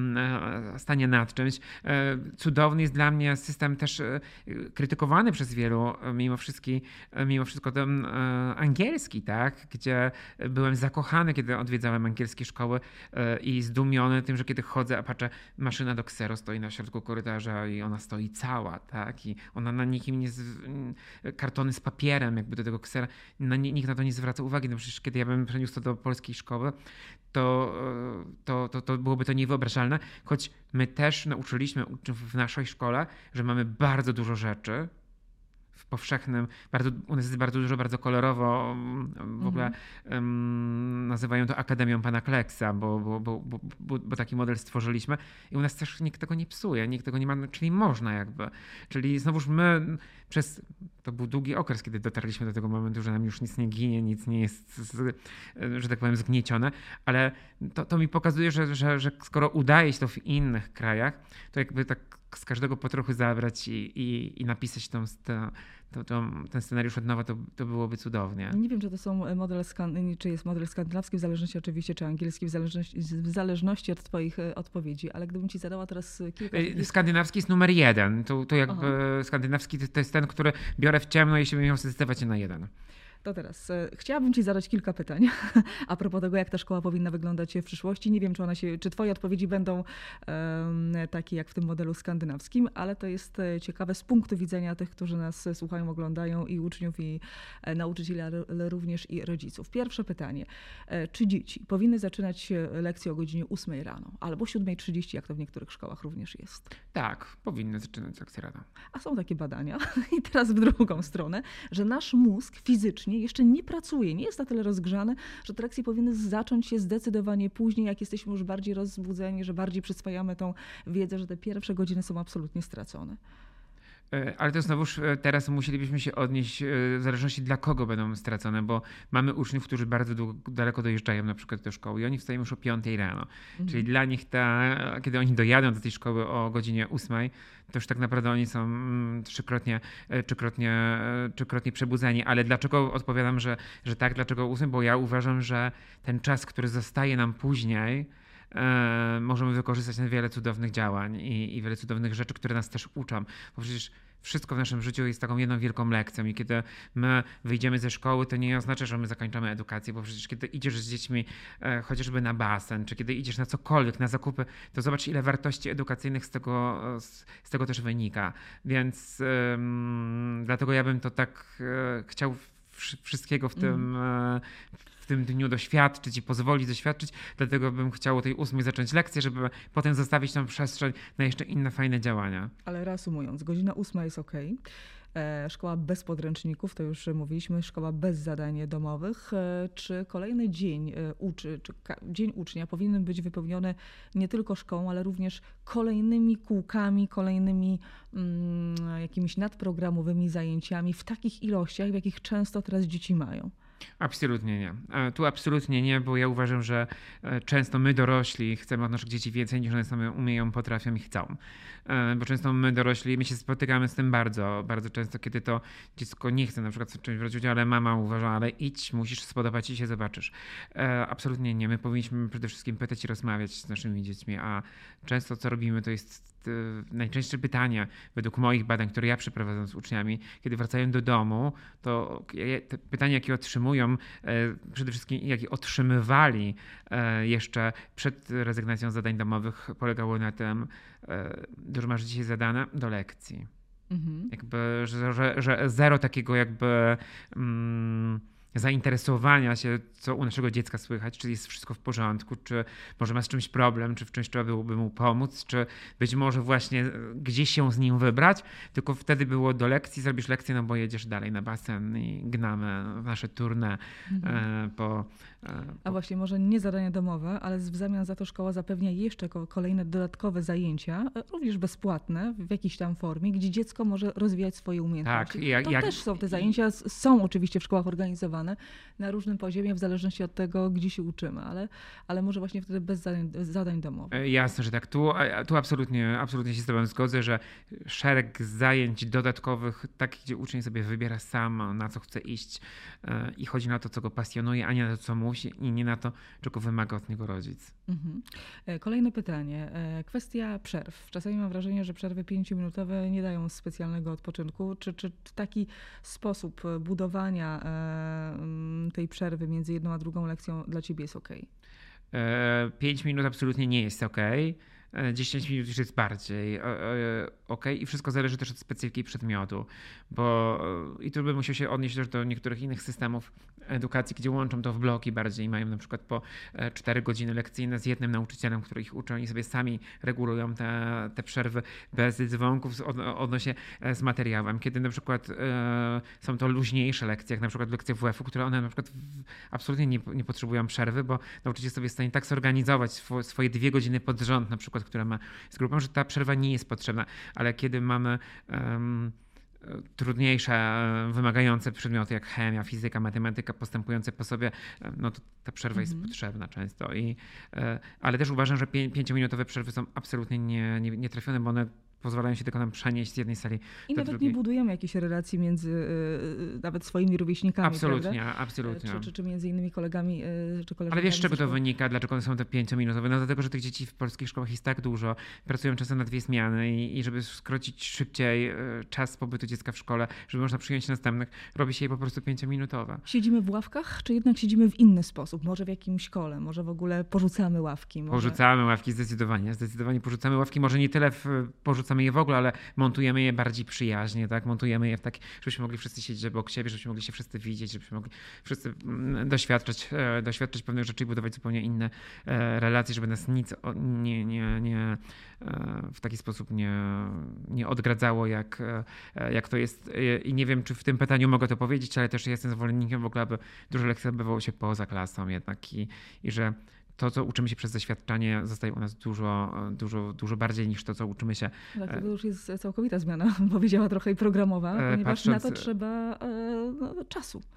stania nad czymś. E, cudowny jest dla mnie system też e, krytykowany przez wielu, mimo wszystko, mimo wszystko ten e, angielski, tak, gdzie byłem zakochany, kiedy odwiedzałem angielskie szkoły i zdumiony tym, że kiedy chodzę, a patrzę, maszyna do ksero stoi na środku korytarza i ona stoi cała, tak, i ona na nikim nie, z... kartony z papierem jakby do tego ksera, na, nikt na to nie zwraca uwagi, no przecież kiedy ja bym przeniósł to do polskiej szkoły, to, to, to, to byłoby to niewyobrażalne, choć my też nauczyliśmy uczniów w naszej szkole, że mamy bardzo dużo rzeczy, w powszechnym, bardzo, u nas jest bardzo dużo, bardzo kolorowo, w ogóle mm-hmm. um, nazywają to Akademią Pana Kleksa, bo, bo, bo, bo, bo, bo taki model stworzyliśmy i u nas też nikt tego nie psuje, nikt tego nie ma, czyli można jakby. Czyli znowuż my przez, to był długi okres, kiedy dotarliśmy do tego momentu, że nam już nic nie ginie, nic nie jest, z, że tak powiem, zgniecione, ale to, to mi pokazuje, że, że, że skoro udaje się to w innych krajach, to jakby tak z każdego po trochu zabrać i, i, i napisać tą, to, to, to, ten scenariusz od nowa, to, to byłoby cudownie. Nie wiem, czy to są modele, czy jest model skandynawski, w zależności oczywiście, czy angielski, w zależności, w zależności od twoich odpowiedzi, ale gdybym ci zadała teraz kilka... Skandynawski jest numer jeden. To, to jakby Aha. skandynawski to, to jest ten, który biorę w ciemno, jeśli bym miał zdecydować się na jeden. To teraz e, chciałabym ci zadać kilka pytań a propos tego, jak ta szkoła powinna wyglądać w przyszłości. Nie wiem, czy, ona się, czy twoje odpowiedzi będą e, takie jak w tym modelu skandynawskim, ale to jest ciekawe z punktu widzenia tych, którzy nas słuchają, oglądają, i uczniów, i e, nauczycieli, ale również i rodziców. Pierwsze pytanie. E, czy dzieci powinny zaczynać lekcje o godzinie ósmej rano albo siódmej trzydzieści, jak to w niektórych szkołach również jest? Tak, powinny zaczynać lekcje rano. A są takie badania, i teraz w drugą stronę, że nasz mózg fizycznie jeszcze nie pracuje, nie jest na tyle rozgrzany, że te lekcje powinny zacząć się zdecydowanie później, jak jesteśmy już bardziej rozbudzeni, że bardziej przyswajamy tą wiedzę, że te pierwsze godziny są absolutnie stracone. Ale to znowuż teraz musielibyśmy się odnieść w zależności dla kogo będą stracone, bo mamy uczniów, którzy bardzo długo, daleko dojeżdżają na przykład do szkoły i oni wstają już o piątej rano. Mhm. Czyli dla nich ta, kiedy oni dojadą do tej szkoły o godzinie ósmej, to już tak naprawdę oni są trzykrotnie, trzykrotnie, trzykrotnie przebudzeni. Ale dlaczego odpowiadam, że, że tak, dlaczego ósmej? Bo ja uważam, że ten czas, który zostaje nam później, możemy wykorzystać na wiele cudownych działań i, i wiele cudownych rzeczy, które nas też uczą. Bo przecież wszystko w naszym życiu jest taką jedną wielką lekcją i kiedy my wyjdziemy ze szkoły, to nie oznacza, że my zakończymy edukację, bo przecież kiedy idziesz z dziećmi e, chociażby na basen, czy kiedy idziesz na cokolwiek, na zakupy, to zobacz, ile wartości edukacyjnych z tego, z, z tego też wynika. Więc ym, dlatego ja bym to tak e, chciał w, wszystkiego w tym, mm. e, w tym dniu doświadczyć i pozwolić doświadczyć, dlatego bym chciał o tej ósmej zacząć lekcję, żeby potem zostawić tą przestrzeń na jeszcze inne fajne działania. Ale reasumując, godzina ósma jest ok. Szkoła bez podręczników, to już mówiliśmy, szkoła bez zadań domowych. Czy kolejny dzień uczy, czy dzień ucznia powinien być wypełniony nie tylko szkołą, ale również kolejnymi kółkami, kolejnymi mm, jakimiś nadprogramowymi zajęciami w takich ilościach, w jakich często teraz dzieci mają? Absolutnie nie. Tu absolutnie nie, bo ja uważam, że często my dorośli chcemy od naszych dzieci więcej niż one same umieją, potrafią i chcą. Bo często my dorośli, my się spotykamy z tym bardzo, bardzo często, kiedy to dziecko nie chce na przykład w czymś brać udział, ale mama uważa, ale idź, musisz spodobać i się zobaczysz. Absolutnie nie. My powinniśmy przede wszystkim pytać i rozmawiać z naszymi dziećmi, a często co robimy, to jest najczęstsze pytanie według moich badań, które ja przeprowadzam z uczniami, kiedy wracają do domu, to te pytania, jakie otrzymują, przede wszystkim jakie otrzymywali jeszcze przed rezygnacją z zadań domowych, polegało na tym, że masz dzisiaj zadane do lekcji. Mhm. Jakby, że, że, że zero takiego jakby mm, zainteresowania się, co u naszego dziecka słychać, czy jest wszystko w porządku, czy może ma z czymś problem, czy w czymś trzeba byłoby mu pomóc, czy być może właśnie gdzieś się z nim wybrać, tylko wtedy było do lekcji, zrobisz lekcję, no bo jedziesz dalej na basen i gnamy nasze tournée mhm. po, po... A właśnie może nie zadania domowe, ale w zamian za to szkoła zapewnia jeszcze kolejne dodatkowe zajęcia, również bezpłatne w jakiejś tam formie, gdzie dziecko może rozwijać swoje umiejętności. Tak, jak, to jak, też są te zajęcia, są oczywiście w szkołach organizowane na różnym poziomie, w zależności od tego, gdzie się uczymy, ale, ale może właśnie wtedy bez zadań, zadań domowych. Jasne, że tak. Tu, tu absolutnie, absolutnie się z tobą zgodzę, że szereg zajęć dodatkowych, takich, gdzie uczeń sobie wybiera sam, na co chce iść i chodzi na to, co go pasjonuje, a nie na to, co musi i nie na to, czego wymaga od niego rodzic. Mhm. Kolejne pytanie. Kwestia przerw. Czasami mam wrażenie, że przerwy pięciominutowe nie dają specjalnego odpoczynku. Czy, czy taki sposób budowania tej przerwy między jedną a drugą lekcją dla ciebie jest ok? Pięć minut absolutnie nie jest ok. dziesięć minut już jest bardziej ok i wszystko zależy też od specyfiki przedmiotu, bo i tu bym musiał się odnieść też do niektórych innych systemów edukacji, gdzie łączą to w bloki bardziej, mają na przykład po cztery godziny lekcyjne z jednym nauczycielem, który ich uczą i sobie sami regulują te, te przerwy bez dzwonków odnośnie z materiałem. Kiedy na przykład są to luźniejsze lekcje, jak na przykład lekcje W F-u, które one na przykład absolutnie nie, nie potrzebują przerwy, bo nauczyciel sobie jest w stanie tak zorganizować swo, swoje dwie godziny pod rząd, na przykład, która ma z grupą, że ta przerwa nie jest potrzebna, ale kiedy mamy um, trudniejsze, wymagające przedmioty jak chemia, fizyka, matematyka, postępujące po sobie, no to ta przerwa mhm. jest potrzebna często. I, ale też uważam, że pięciominutowe przerwy są absolutnie nie, nie, nietrafione, bo one pozwalają się tylko nam przenieść z jednej sali I do nawet drugiej. nie budujemy jakiejś relacji między y, nawet swoimi rówieśnikami. Absolutnie, prawda? absolutnie. Czy, czy, czy między innymi kolegami y, czy koleżankami. Ale wiesz, z czego to wynika? Dlaczego one są te pięciominutowe? No dlatego, że tych dzieci w polskich szkołach jest tak dużo. Pracują czasem na dwie zmiany i, i żeby skrócić szybciej y, czas pobytu dziecka w szkole, żeby można przyjąć następnych, robi się je po prostu pięciominutowe. Siedzimy w ławkach, czy jednak siedzimy w inny sposób? Może w jakimś kole, może w ogóle porzucamy ławki? Może... Porzucamy ławki, zdecydowanie. Zdecydowanie porzucamy ławki. Może nie tyle w, porzucamy je w ogóle, ale montujemy je bardziej przyjaźnie, tak? Montujemy je w tak, żebyśmy mogli wszyscy siedzieć obok siebie, żebyśmy mogli się wszyscy widzieć, żebyśmy mogli wszyscy doświadczać, doświadczać pewnych rzeczy i budować zupełnie inne relacje, żeby nas nic nie, nie, nie w taki sposób nie, nie odgradzało, jak, jak to jest. I nie wiem, czy w tym pytaniu mogę to powiedzieć, ale też jestem zwolennikiem w ogóle, aby dużo lekcji odbywało się poza klasą jednak i, i że to, co uczymy się przez doświadczenie, zostaje u nas dużo, dużo, dużo bardziej niż to, co uczymy się. Tak, to już jest całkowita zmiana, powiedziała trochę i programowa, ponieważ Patrząc... na to trzeba no, czasu.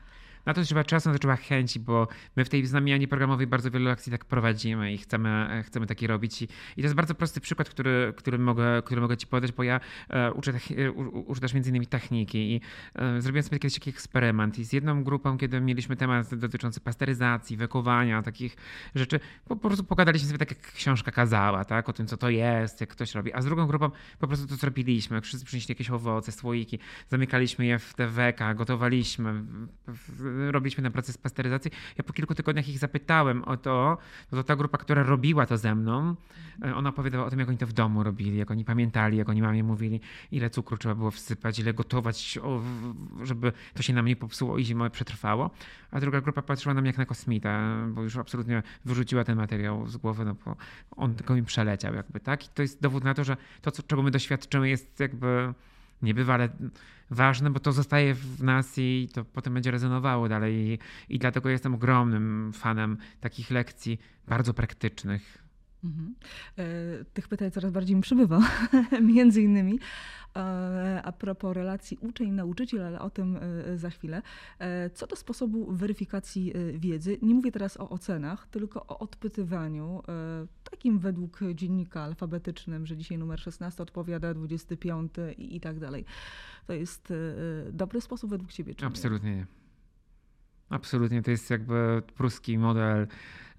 Na to trzeba czasu, na to trzeba chęci, bo my w tej zmianie programowej bardzo wiele akcji tak prowadzimy i chcemy, chcemy takie robić. I, i to jest bardzo prosty przykład, który, który, mogę, który mogę ci podać, bo ja e, uczę, uczę też między innymi techniki i e, zrobiłem sobie kiedyś taki eksperyment i z jedną grupą, kiedy mieliśmy temat dotyczący pasteryzacji, wekowania, takich rzeczy, po, po prostu pogadaliśmy sobie tak, jak książka kazała, tak, o tym, co to jest, jak ktoś robi, a z drugą grupą po prostu to zrobiliśmy. Wszyscy przynieśli jakieś owoce, słoiki, zamykaliśmy je w te weka, gotowaliśmy, robiliśmy na proces pasteryzacji. Ja po kilku tygodniach ich zapytałem o to, to ta grupa, która robiła to ze mną, ona opowiadała o tym, jak oni to w domu robili, jak oni pamiętali, jak oni mamie mówili, ile cukru trzeba było wsypać, ile gotować, żeby to się nam nie popsuło i zimą przetrwało. A druga grupa patrzyła na mnie jak na kosmita, bo już absolutnie wyrzuciła ten materiał z głowy, no bo on tylko mi przeleciał jakby, tak? I to jest dowód na to, że to, czego my doświadczymy, jest jakby niebywale ważne, bo to zostaje w nas i to potem będzie rezonowało dalej. I, i dlatego jestem ogromnym fanem takich lekcji bardzo praktycznych. Mhm. Tych pytań coraz bardziej mi przybywa, między innymi a propos relacji uczeń-nauczyciel, ale o tym za chwilę. Co do sposobu weryfikacji wiedzy, nie mówię teraz o ocenach, tylko o odpytywaniu, takim według dziennika alfabetycznym, że dzisiaj numer szesnasty odpowiada dwudziesty piąty i, i tak dalej. To jest dobry sposób według ciebie? Czy Absolutnie nie. Absolutnie, to jest jakby pruski model.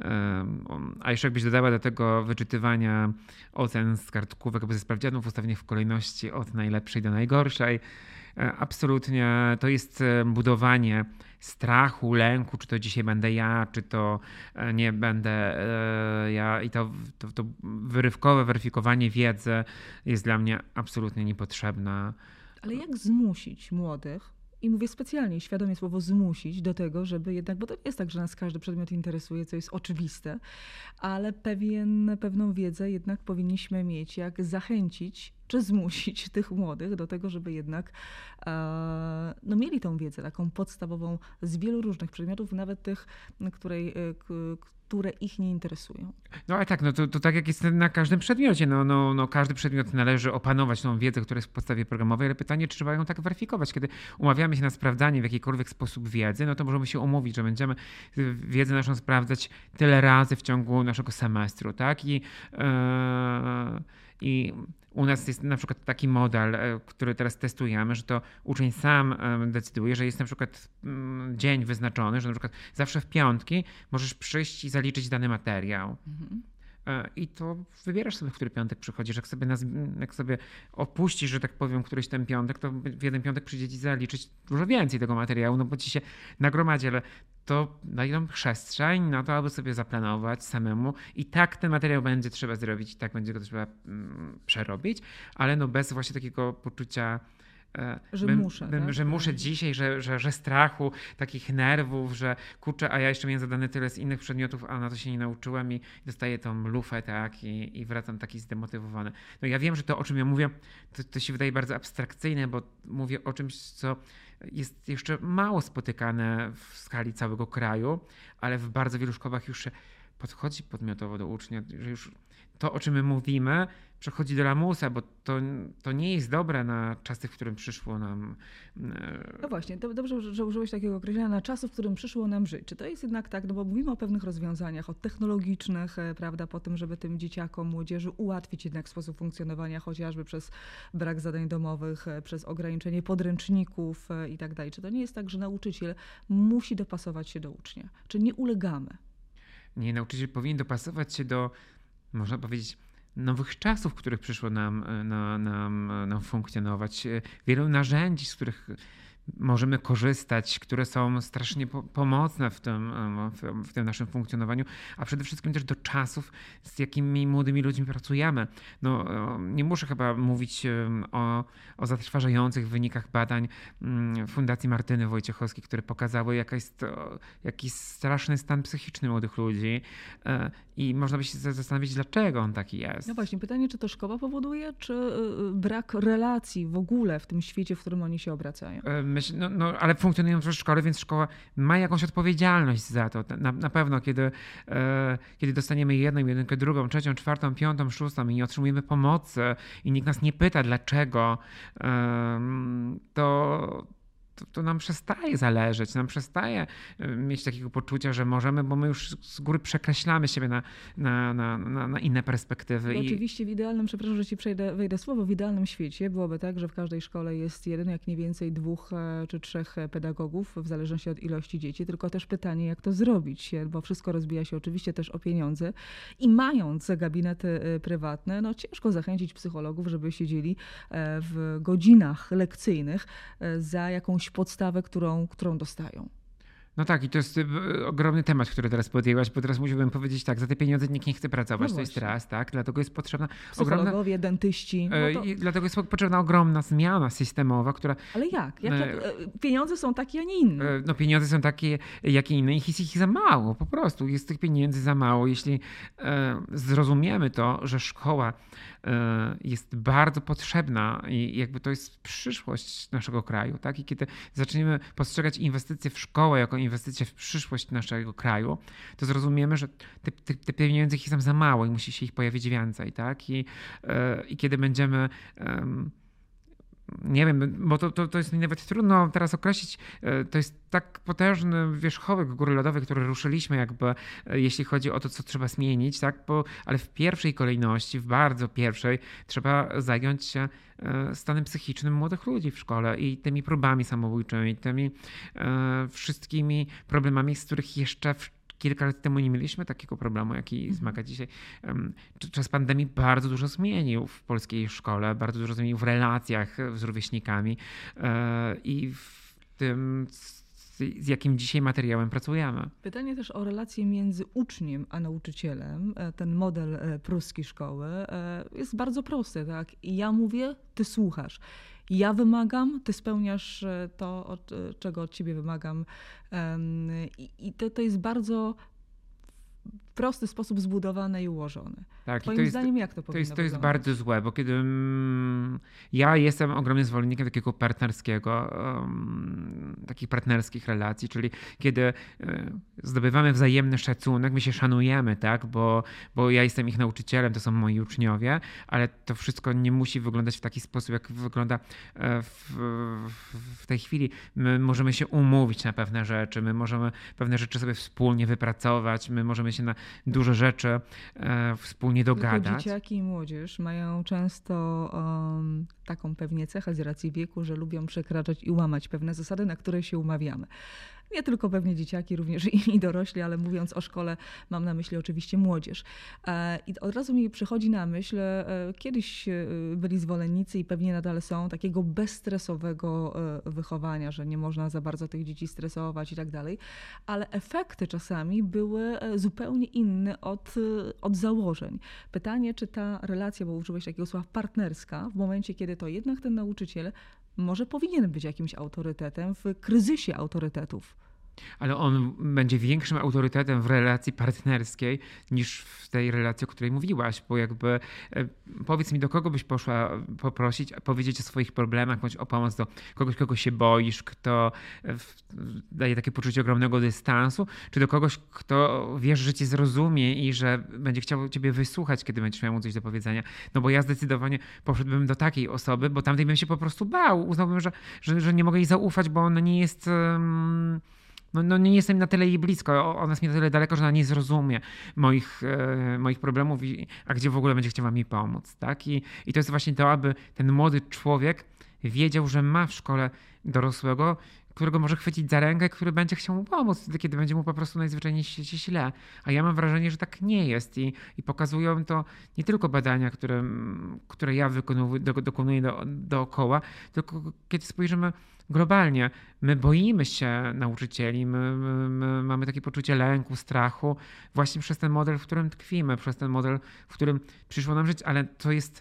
A jeszcze jakbyś dodała do tego wyczytywania ocen z kartkówek albo ze sprawdzianów ustawionych w kolejności od najlepszej do najgorszej. Absolutnie to jest budowanie strachu, lęku, czy to dzisiaj będę ja, czy to nie będę ja. I to, to, to wyrywkowe weryfikowanie wiedzy jest dla mnie absolutnie niepotrzebne. Ale jak zmusić młodych, i mówię specjalnie, świadomie słowo zmusić do tego, żeby jednak, bo to nie jest tak, że nas każdy przedmiot interesuje, co jest oczywiste, ale pewien, pewną wiedzę jednak powinniśmy mieć, jak zachęcić czy zmusić tych młodych do tego, żeby jednak e, no, mieli tą wiedzę taką podstawową z wielu różnych przedmiotów, nawet tych, której, które ich nie interesują. No ale tak, no to, to tak jak jest na każdym przedmiocie. No, no, no każdy przedmiot należy opanować tą wiedzę, która jest w podstawie programowej, ale pytanie, czy trzeba ją tak weryfikować. Kiedy umawiamy się na sprawdzanie w jakikolwiek sposób wiedzy, no to możemy się umówić, że będziemy wiedzę naszą sprawdzać tyle razy w ciągu naszego semestru, tak? I, yy, i u nas jest na przykład taki model, który teraz testujemy, że to uczeń sam decyduje, że jest na przykład dzień wyznaczony, że na przykład zawsze w piątki możesz przyjść i zaliczyć dany materiał. Mhm. I to wybierasz sobie, w który piątek przychodzisz. Jak sobie, naz- jak sobie opuścisz, że tak powiem, któryś ten piątek, to w jeden piątek przyjdzie ci zaliczyć dużo więcej tego materiału, no bo ci się nagromadzi, ale to daje nam przestrzeń na to, aby sobie zaplanować samemu i tak ten materiał będzie trzeba zrobić i tak będzie go trzeba mm, przerobić, ale no bez właśnie takiego poczucia Że bym, muszę. Bym, tak? Że muszę dzisiaj, że, że, że strachu, takich nerwów, że kurczę, a ja jeszcze miałem zadane tyle z innych przedmiotów, a na to się nie nauczyłem i dostaję tą lufę, tak, i, i wracam taki zdemotywowany. No ja wiem, że to, o czym ja mówię, to, to się wydaje bardzo abstrakcyjne, bo mówię o czymś, co jest jeszcze mało spotykane w skali całego kraju, ale w bardzo wielu szkołach już się podchodzi podmiotowo do ucznia, że już to, o czym my mówimy, przechodzi do lamusa, bo to, to nie jest dobre na czasy, w którym przyszło nam... No właśnie, dobrze, że użyłeś takiego określenia, na czasy, w którym przyszło nam żyć. Czy to jest jednak tak, no bo mówimy o pewnych rozwiązaniach, od technologicznych, prawda, po tym, żeby tym dzieciakom, młodzieży ułatwić jednak sposób funkcjonowania, chociażby przez brak zadań domowych, przez ograniczenie podręczników i tak dalej. Czy to nie jest tak, że nauczyciel musi dopasować się do ucznia? Czy nie ulegamy? Nie, nauczyciel powinien dopasować się do, można powiedzieć, nowych czasów, w których przyszło nam, nam, nam, nam funkcjonować. Wielu narzędzi, z których możemy korzystać, które są strasznie po- pomocne w tym, w, w tym naszym funkcjonowaniu, a przede wszystkim też do czasów, z jakimi młodymi ludźmi pracujemy. No, nie muszę chyba mówić o, o zatrważających wynikach badań Fundacji Martyny Wojciechowskiej, które pokazały, jaka jest, jaki jest straszny stan psychiczny młodych ludzi i można by się zastanowić, dlaczego on taki jest. No właśnie, pytanie, czy to szkoła powoduje, czy brak relacji w ogóle w tym świecie, w którym oni się obracają? Myśl, no, no, ale funkcjonują w szkole, więc szkoła ma jakąś odpowiedzialność za to. Na, na pewno, kiedy, e, kiedy dostaniemy jedną jedynkę, drugą, trzecią, czwartą, piątą, szóstą i nie otrzymujemy pomocy i nikt nas nie pyta dlaczego, e, to to, to nam przestaje zależeć, nam przestaje mieć takiego poczucia, że możemy, bo my już z góry przekreślamy siebie na, na, na, na, na inne perspektywy. I I... oczywiście w idealnym, przepraszam, że ci przejdę, wejdę słowo, w idealnym świecie byłoby tak, że w każdej szkole jest jeden, jak nie więcej dwóch czy trzech pedagogów, w zależności od ilości dzieci, tylko też pytanie, jak to zrobić, bo wszystko rozbija się oczywiście też o pieniądze i mając gabinety prywatne, no ciężko zachęcić psychologów, żeby siedzieli w godzinach lekcyjnych za jakąś podstawę, którą, którą dostają. No tak, i to jest ogromny temat, który teraz podjęłaś, bo teraz musiałbym powiedzieć tak, za te pieniądze nikt nie chce pracować, no to jest raz, tak? Dlatego jest potrzebna psychologowie, ogromna, dentyści. No to... I dlatego jest potrzebna ogromna zmiana systemowa, która... Ale jak? jak, jak pieniądze są takie, a nie inne. No pieniądze są takie, jak i inne i jest ich za mało, po prostu. Jest tych pieniędzy za mało. Jeśli e, zrozumiemy to, że szkoła e, jest bardzo potrzebna i jakby to jest przyszłość naszego kraju, tak? I kiedy zaczniemy postrzegać inwestycje w szkołę jako inwestycje w przyszłość naszego kraju, to zrozumiemy, że te, te, te pieniądze ich są za mało i musi się ich pojawić więcej, tak? I, e, i kiedy będziemy... E, nie wiem, bo to, to, to jest mi nawet trudno teraz określić. To jest tak potężny wierzchołek góry lodowej, który ruszyliśmy jakby, jeśli chodzi o to, co trzeba zmienić, tak? Bo, ale w pierwszej kolejności, w bardzo pierwszej, trzeba zająć się stanem psychicznym młodych ludzi w szkole i tymi próbami samobójczymi, tymi e, wszystkimi problemami, z których jeszcze w kilka lat temu nie mieliśmy takiego problemu, jaki zmaga dzisiaj. Czas pandemii bardzo dużo zmienił w polskiej szkole, bardzo dużo zmienił w relacjach z rówieśnikami i w tym, z jakim dzisiaj materiałem pracujemy. Pytanie też o relację między uczniem a nauczycielem. Ten model pruski szkoły jest bardzo prosty, tak? I ja mówię, ty słuchasz. Ja wymagam, ty spełniasz to, od, czego od ciebie wymagam. I, i to, to jest bardzo w prosty sposób zbudowane i ułożone. Tak, Twoim i to jest, zdaniem jak to powinno to jest, to jest wyglądać? bardzo złe, bo kiedy mm, ja jestem ogromnym zwolennikiem takiego partnerskiego, um, takich partnerskich relacji, czyli kiedy y, zdobywamy wzajemny szacunek, my się szanujemy, tak, bo, bo ja jestem ich nauczycielem, to są moi uczniowie, ale to wszystko nie musi wyglądać w taki sposób, jak wygląda w, w, w tej chwili. My możemy się umówić na pewne rzeczy, my możemy pewne rzeczy sobie wspólnie wypracować, my możemy się na dużo rzeczy e, wspólnie dogadać. Tylko dzieciaki i młodzież mają często um, taką pewnie cechę z racji wieku, że lubią przekraczać i łamać pewne zasady, na które się umawiamy. Nie tylko pewnie dzieciaki, również i dorośli, ale mówiąc o szkole, mam na myśli oczywiście młodzież. I od razu mi przychodzi na myśl, kiedyś byli zwolennicy i pewnie nadal są takiego bezstresowego wychowania, że nie można za bardzo tych dzieci stresować i tak dalej, ale efekty czasami były zupełnie inne od, od założeń. Pytanie, czy ta relacja, bo użyłeś takiego słowa partnerska, w momencie, kiedy to jednak ten nauczyciel może powinien być jakimś autorytetem w kryzysie autorytetów. Ale on będzie większym autorytetem w relacji partnerskiej niż w tej relacji, o której mówiłaś, bo jakby powiedz mi, do kogo byś poszła poprosić, powiedzieć o swoich problemach, bądź o pomoc do kogoś, kogo się boisz, kto daje takie poczucie ogromnego dystansu, czy do kogoś, kto wiesz, że cię zrozumie i że będzie chciał ciebie wysłuchać, kiedy będziesz miał mu coś do powiedzenia. No bo ja zdecydowanie poszedłbym do takiej osoby, bo tamtej bym się po prostu bał. Uznałbym, że, że, że nie mogę jej zaufać, bo ona nie jest... Um... No, no nie jestem na tyle jej blisko, ona jest mi na tyle daleko, że ona nie zrozumie moich, e, moich problemów, i, a gdzie w ogóle będzie chciała mi pomóc. Tak? I, I to jest właśnie to, aby ten młody człowiek wiedział, że ma w szkole dorosłego, którego może chwycić za rękę, który będzie chciał mu pomóc wtedy, kiedy będzie mu po prostu najzwyczajniej się źle. A ja mam wrażenie, że tak nie jest i, i pokazują to nie tylko badania, które, które ja wykonuję, do, dokonuję do, dookoła, tylko kiedy spojrzymy globalnie. My boimy się nauczycieli, my, my, my mamy takie poczucie lęku, strachu właśnie przez ten model, w którym tkwimy, przez ten model, w którym przyszło nam żyć, ale to jest...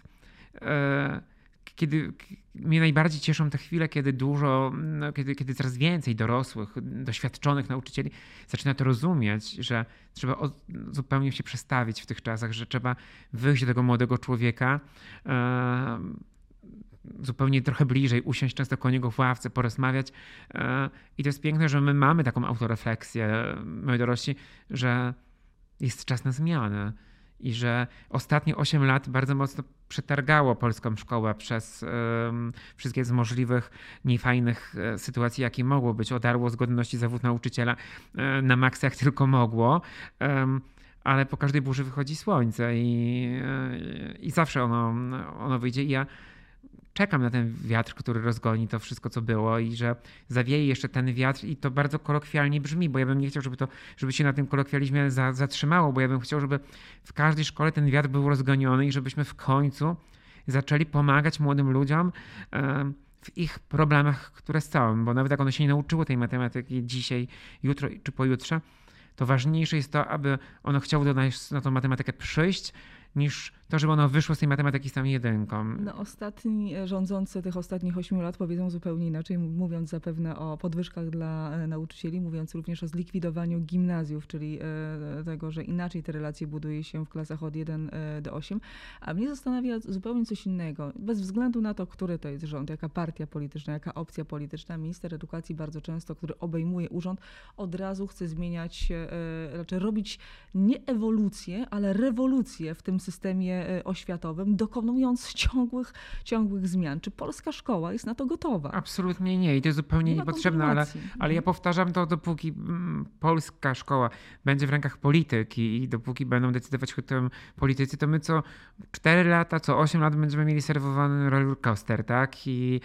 E, Kiedy mnie najbardziej cieszą te chwile, kiedy dużo, no, kiedy, kiedy coraz więcej dorosłych, doświadczonych nauczycieli zaczyna to rozumieć, że trzeba od, zupełnie się przestawić w tych czasach, że trzeba wyjść do tego młodego człowieka, e, zupełnie trochę bliżej, usiąść często koło niego w ławce, porozmawiać. E, I to jest piękne, że my mamy taką autorefleksję, moi dorośli, że jest czas na zmianę. i że ostatnie osiem lat bardzo mocno przetargało polską szkołę przez um, wszystkie z możliwych niefajnych sytuacji, jakie mogło być. Odarło z godności zawód nauczyciela um, na maksa jak tylko mogło. Um, ale po każdej burzy wychodzi słońce i, i zawsze ono, ono wyjdzie. I ja czekam na ten wiatr, który rozgoni to wszystko, co było i że zawieje jeszcze ten wiatr i to bardzo kolokwialnie brzmi, bo ja bym nie chciał, żeby to, żeby się na tym kolokwializmie za, zatrzymało, bo ja bym chciał, żeby w każdej szkole ten wiatr był rozgoniony i żebyśmy w końcu zaczęli pomagać młodym ludziom w ich problemach, które są, bo nawet jak one się nie nauczyły tej matematyki dzisiaj, jutro czy pojutrze, to ważniejsze jest to, aby ono chciało do nas na tą matematykę przyjść, niż to, żeby ono wyszło z tej matematyki z tą jedynką. No, ostatni rządzący tych ostatnich ośmiu lat powiedzą zupełnie inaczej, mówiąc zapewne o podwyżkach dla nauczycieli, mówiąc również o zlikwidowaniu gimnazjów, czyli tego, że inaczej te relacje buduje się w klasach od jeden do ośmiu. A mnie zastanawia zupełnie coś innego. Bez względu na to, który to jest rząd, jaka partia polityczna, jaka opcja polityczna, minister edukacji bardzo często, który obejmuje urząd, od razu chce zmieniać, raczej robić nie ewolucję, ale rewolucję w tym systemie oświatowym, dokonując ciągłych, ciągłych zmian. Czy polska szkoła jest na to gotowa? Absolutnie nie i to jest zupełnie nie niepotrzebne, ale, ale ja powtarzam to, dopóki polska szkoła będzie w rękach polityki i dopóki będą decydować o tym politycy, to my co cztery lata, co osiem lat będziemy mieli serwowany roller coaster, tak? I,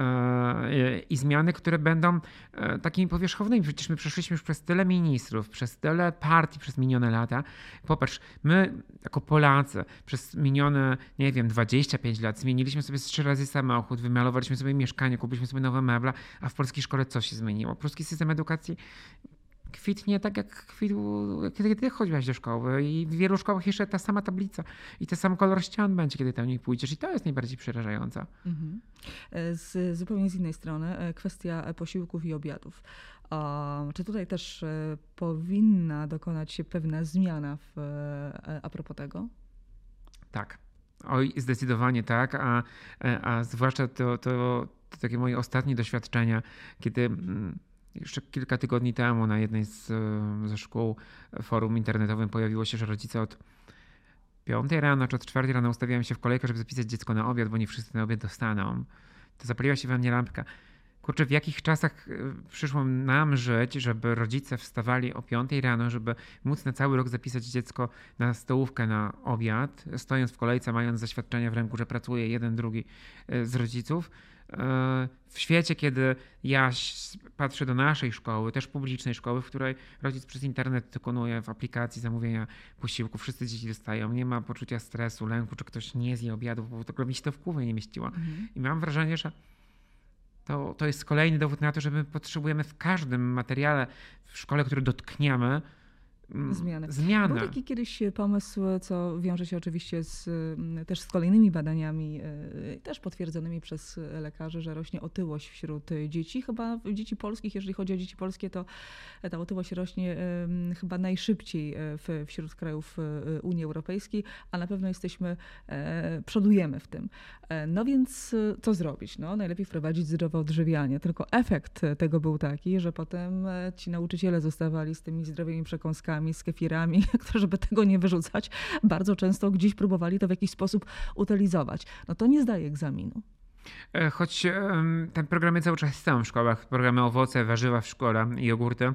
e, i zmiany, które będą e, takimi powierzchownymi. Przecież my przeszliśmy już przez tyle ministrów, przez tyle partii przez minione lata. Popatrz, my jako Polacy przez minione, nie wiem, dwadzieścia pięć lat zmieniliśmy sobie trzy razy samochód, wymalowaliśmy sobie mieszkanie, kupiliśmy sobie nowe meble, a w polskiej szkole co się zmieniło? Polski system edukacji kwitnie tak, jak kwitł, kiedy ty chodziłaś do szkoły i w wielu szkołach jeszcze ta sama tablica i ten sam kolor ścian będzie, kiedy tam nie pójdziesz i to jest najbardziej przerażające. Mhm. Z, zupełnie z innej strony kwestia posiłków i obiadów. A, czy tutaj też powinna dokonać się pewna zmiana w, a propos tego? Tak. Oj, zdecydowanie tak, a, a zwłaszcza to, to, to takie moje ostatnie doświadczenia, kiedy jeszcze kilka tygodni temu na jednej z, ze szkół forum internetowym pojawiło się, że rodzice od piątej rano czy od czwartej rano ustawiają się w kolejkę, żeby zapisać dziecko na obiad, bo nie wszyscy na obiad dostaną. To zapaliła się we mnie lampka. Kurczę, w jakich czasach przyszło nam żyć, żeby rodzice wstawali o piątej rano, żeby móc na cały rok zapisać dziecko na stołówkę na obiad, stojąc w kolejce, mając zaświadczenia w ręku, że pracuje jeden, drugi z rodziców. W świecie, kiedy ja patrzę do naszej szkoły, też publicznej szkoły, w której rodzic przez internet dokonuje w aplikacji zamówienia posiłku, wszyscy dzieci dostają, nie ma poczucia stresu, lęku, czy ktoś nie zje obiadu, bo to mi się to w głowie nie mieściło. Mhm. I mam wrażenie, że To, to jest kolejny dowód na to, że my potrzebujemy w każdym materiale w szkole, który dotkniemy, zmiany. zmiany. Był taki kiedyś pomysł, co wiąże się oczywiście z, też z kolejnymi badaniami, też potwierdzonymi przez lekarzy, że rośnie otyłość wśród dzieci. Chyba dzieci polskich, jeżeli chodzi o dzieci polskie, to ta otyłość rośnie chyba najszybciej w, wśród krajów Unii Europejskiej, a na pewno jesteśmy, przodujemy w tym. No więc co zrobić? No, najlepiej wprowadzić zdrowe odżywianie. Tylko efekt tego był taki, że potem ci nauczyciele zostawali z tymi zdrowymi przekąskami, z kefirami, żeby tego nie wyrzucać, bardzo często gdzieś próbowali to w jakiś sposób utylizować. No to nie zdaje egzaminu. Choć ten programy cały czas są w szkołach, programy owoce, warzywa w szkole, jogurty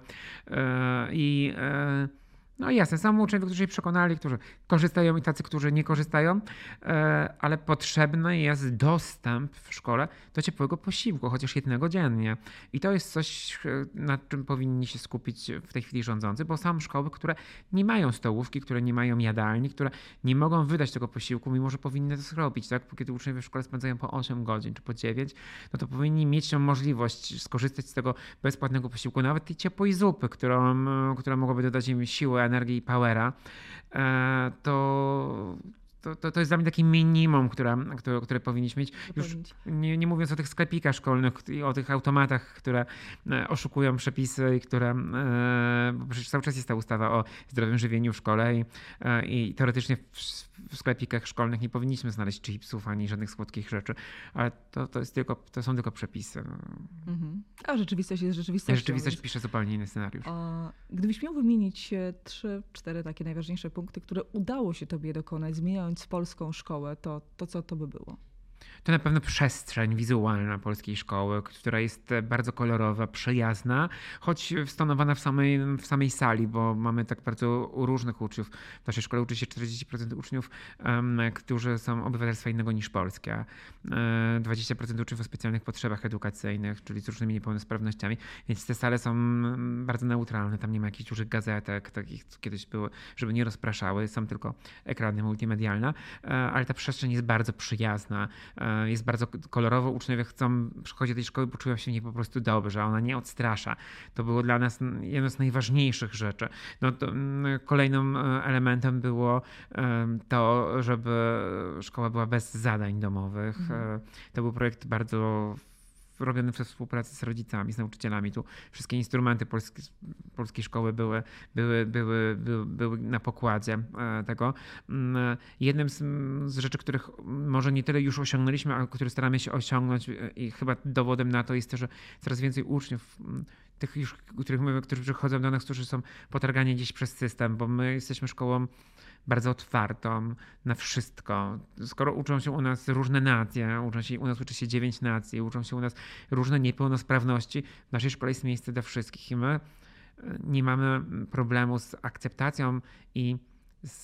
i no jasne, są uczniowie, którzy się przekonali, którzy korzystają i tacy, którzy nie korzystają, ale potrzebny jest dostęp w szkole do ciepłego posiłku, chociaż jednego dziennie. I to jest coś, nad czym powinni się skupić w tej chwili rządzący, bo są szkoły, które nie mają stołówki, które nie mają jadalni, które nie mogą wydać tego posiłku, mimo że powinny to zrobić. Tak? Kiedy uczniowie w szkole spędzają po osiem godzin czy po dziewięć, no to powinni mieć tą możliwość skorzystać z tego bezpłatnego posiłku, nawet tej ciepłej zupy, którą, która mogłaby dodać im siłę, energii i powera, to, to, to, to jest dla mnie takie minimum, które, które, które powinniśmy mieć. Już nie, nie mówiąc o tych sklepikach szkolnych i o tych automatach, które oszukują przepisy i które, bo przecież cały czas jest ta ustawa o zdrowym żywieniu w szkole i, i teoretycznie w, w sklepikach szkolnych nie powinniśmy znaleźć chipsów ani żadnych słodkich rzeczy, ale to, to, jest tylko, to są tylko przepisy. Mhm. A rzeczywistość jest rzeczywistością. Rzeczywistość więc... pisze zupełnie inny scenariusz. A gdybyś miał wymienić trzy, cztery takie najważniejsze punkty, które udało się tobie dokonać, zmieniając polską szkołę, to, to co to by było? To na pewno przestrzeń wizualna polskiej szkoły, która jest bardzo kolorowa, przyjazna, choć stonowana w samej, w samej sali, bo mamy tak bardzo różnych uczniów. W naszej szkole uczy się czterdzieści procent uczniów, um, którzy są obywatelstwa innego niż polskie. dwadzieścia procent uczniów o specjalnych potrzebach edukacyjnych, czyli z różnymi niepełnosprawnościami, więc te sale są bardzo neutralne. Tam nie ma jakichś dużych gazetek, takich co kiedyś były, żeby nie rozpraszały. Są tylko ekrany multimedialne, ale ta przestrzeń jest bardzo przyjazna. Jest bardzo kolorowo, uczniowie chcą przychodzić do tej szkoły, poczują się w niej po prostu dobrze, ona nie odstrasza. To było dla nas jedno z najważniejszych rzeczy. No to kolejnym elementem było to, żeby szkoła była bez zadań domowych. Mhm. To był projekt bardzo robiony we współpracy z rodzicami, z nauczycielami. Tu wszystkie instrumenty polskie, polskiej szkoły były, były, były, były, były na pokładzie tego. Jednym z, z rzeczy, których może nie tyle już osiągnęliśmy, a które staramy się osiągnąć i chyba dowodem na to jest to, że coraz więcej uczniów, tych już, których mówimy, którzy przychodzą do nas, którzy są potargani gdzieś przez system, bo my jesteśmy szkołą bardzo otwartą na wszystko. Skoro uczą się u nas różne nacje, uczą się, u nas uczy się dziewięć nacji, uczą się u nas różne niepełnosprawności, w naszej szkole jest miejsce dla wszystkich i my nie mamy problemu z akceptacją i z,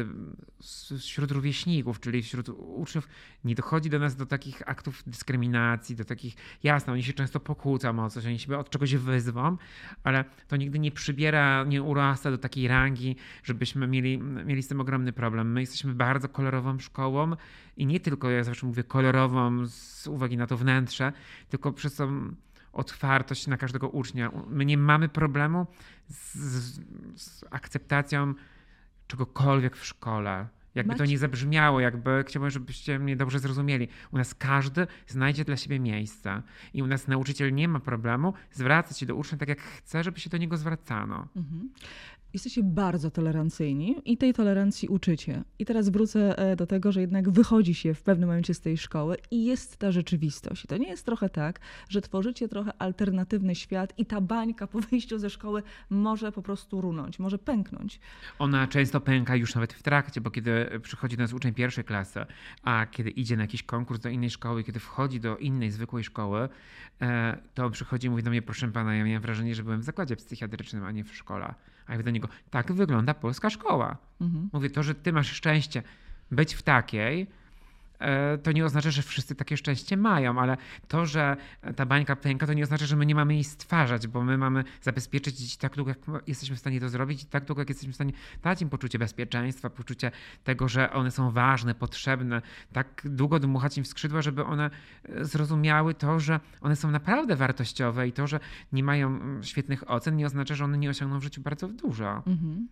z, wśród rówieśników, czyli wśród uczniów nie dochodzi do nas do takich aktów dyskryminacji, do takich, jasne, oni się często pokłócą o coś, oni się od czegoś wyzwą, ale to nigdy nie przybiera, nie urasta do takiej rangi, żebyśmy mieli, mieli z tym ogromny problem. My jesteśmy bardzo kolorową szkołą i nie tylko, ja zawsze mówię kolorową z uwagi na to wnętrze, tylko przez tą otwartość na każdego ucznia. My nie mamy problemu z, z, z akceptacją czegokolwiek w szkole. Jakby Macie. To nie zabrzmiało, jakby chciałbym, żebyście mnie dobrze zrozumieli. U nas każdy znajdzie dla siebie miejsce i u nas nauczyciel nie ma problemu zwracać się do ucznia tak, jak chce, żeby się do niego zwracano. Mhm. Jesteście bardzo tolerancyjni i tej tolerancji uczycie. I teraz wrócę do tego, że jednak wychodzi się w pewnym momencie z tej szkoły i jest ta rzeczywistość. I to nie jest trochę tak, że tworzycie trochę alternatywny świat i ta bańka po wyjściu ze szkoły może po prostu runąć, może pęknąć. Ona często pęka już nawet w trakcie, bo kiedy przychodzi do nas uczeń pierwszej klasy, a kiedy idzie na jakiś konkurs do innej szkoły, kiedy wchodzi do innej zwykłej szkoły, to on przychodzi i mówi do mnie, proszę pana, ja miałem wrażenie, że byłem w zakładzie psychiatrycznym, a nie w szkole. A ja do niego, tak wygląda polska szkoła. Mhm. Mówię, to, że ty masz szczęście być w takiej, to nie oznacza, że wszyscy takie szczęście mają, ale to, że ta bańka pęka, to nie oznacza, że my nie mamy jej stwarzać, bo my mamy zabezpieczyć dzieci tak długo, jak jesteśmy w stanie to zrobić i tak długo, jak jesteśmy w stanie dać im poczucie bezpieczeństwa, poczucie tego, że one są ważne, potrzebne, tak długo dmuchać im w skrzydła, żeby one zrozumiały to, że one są naprawdę wartościowe i to, że nie mają świetnych ocen, nie oznacza, że one nie osiągną w życiu bardzo dużo. Mhm.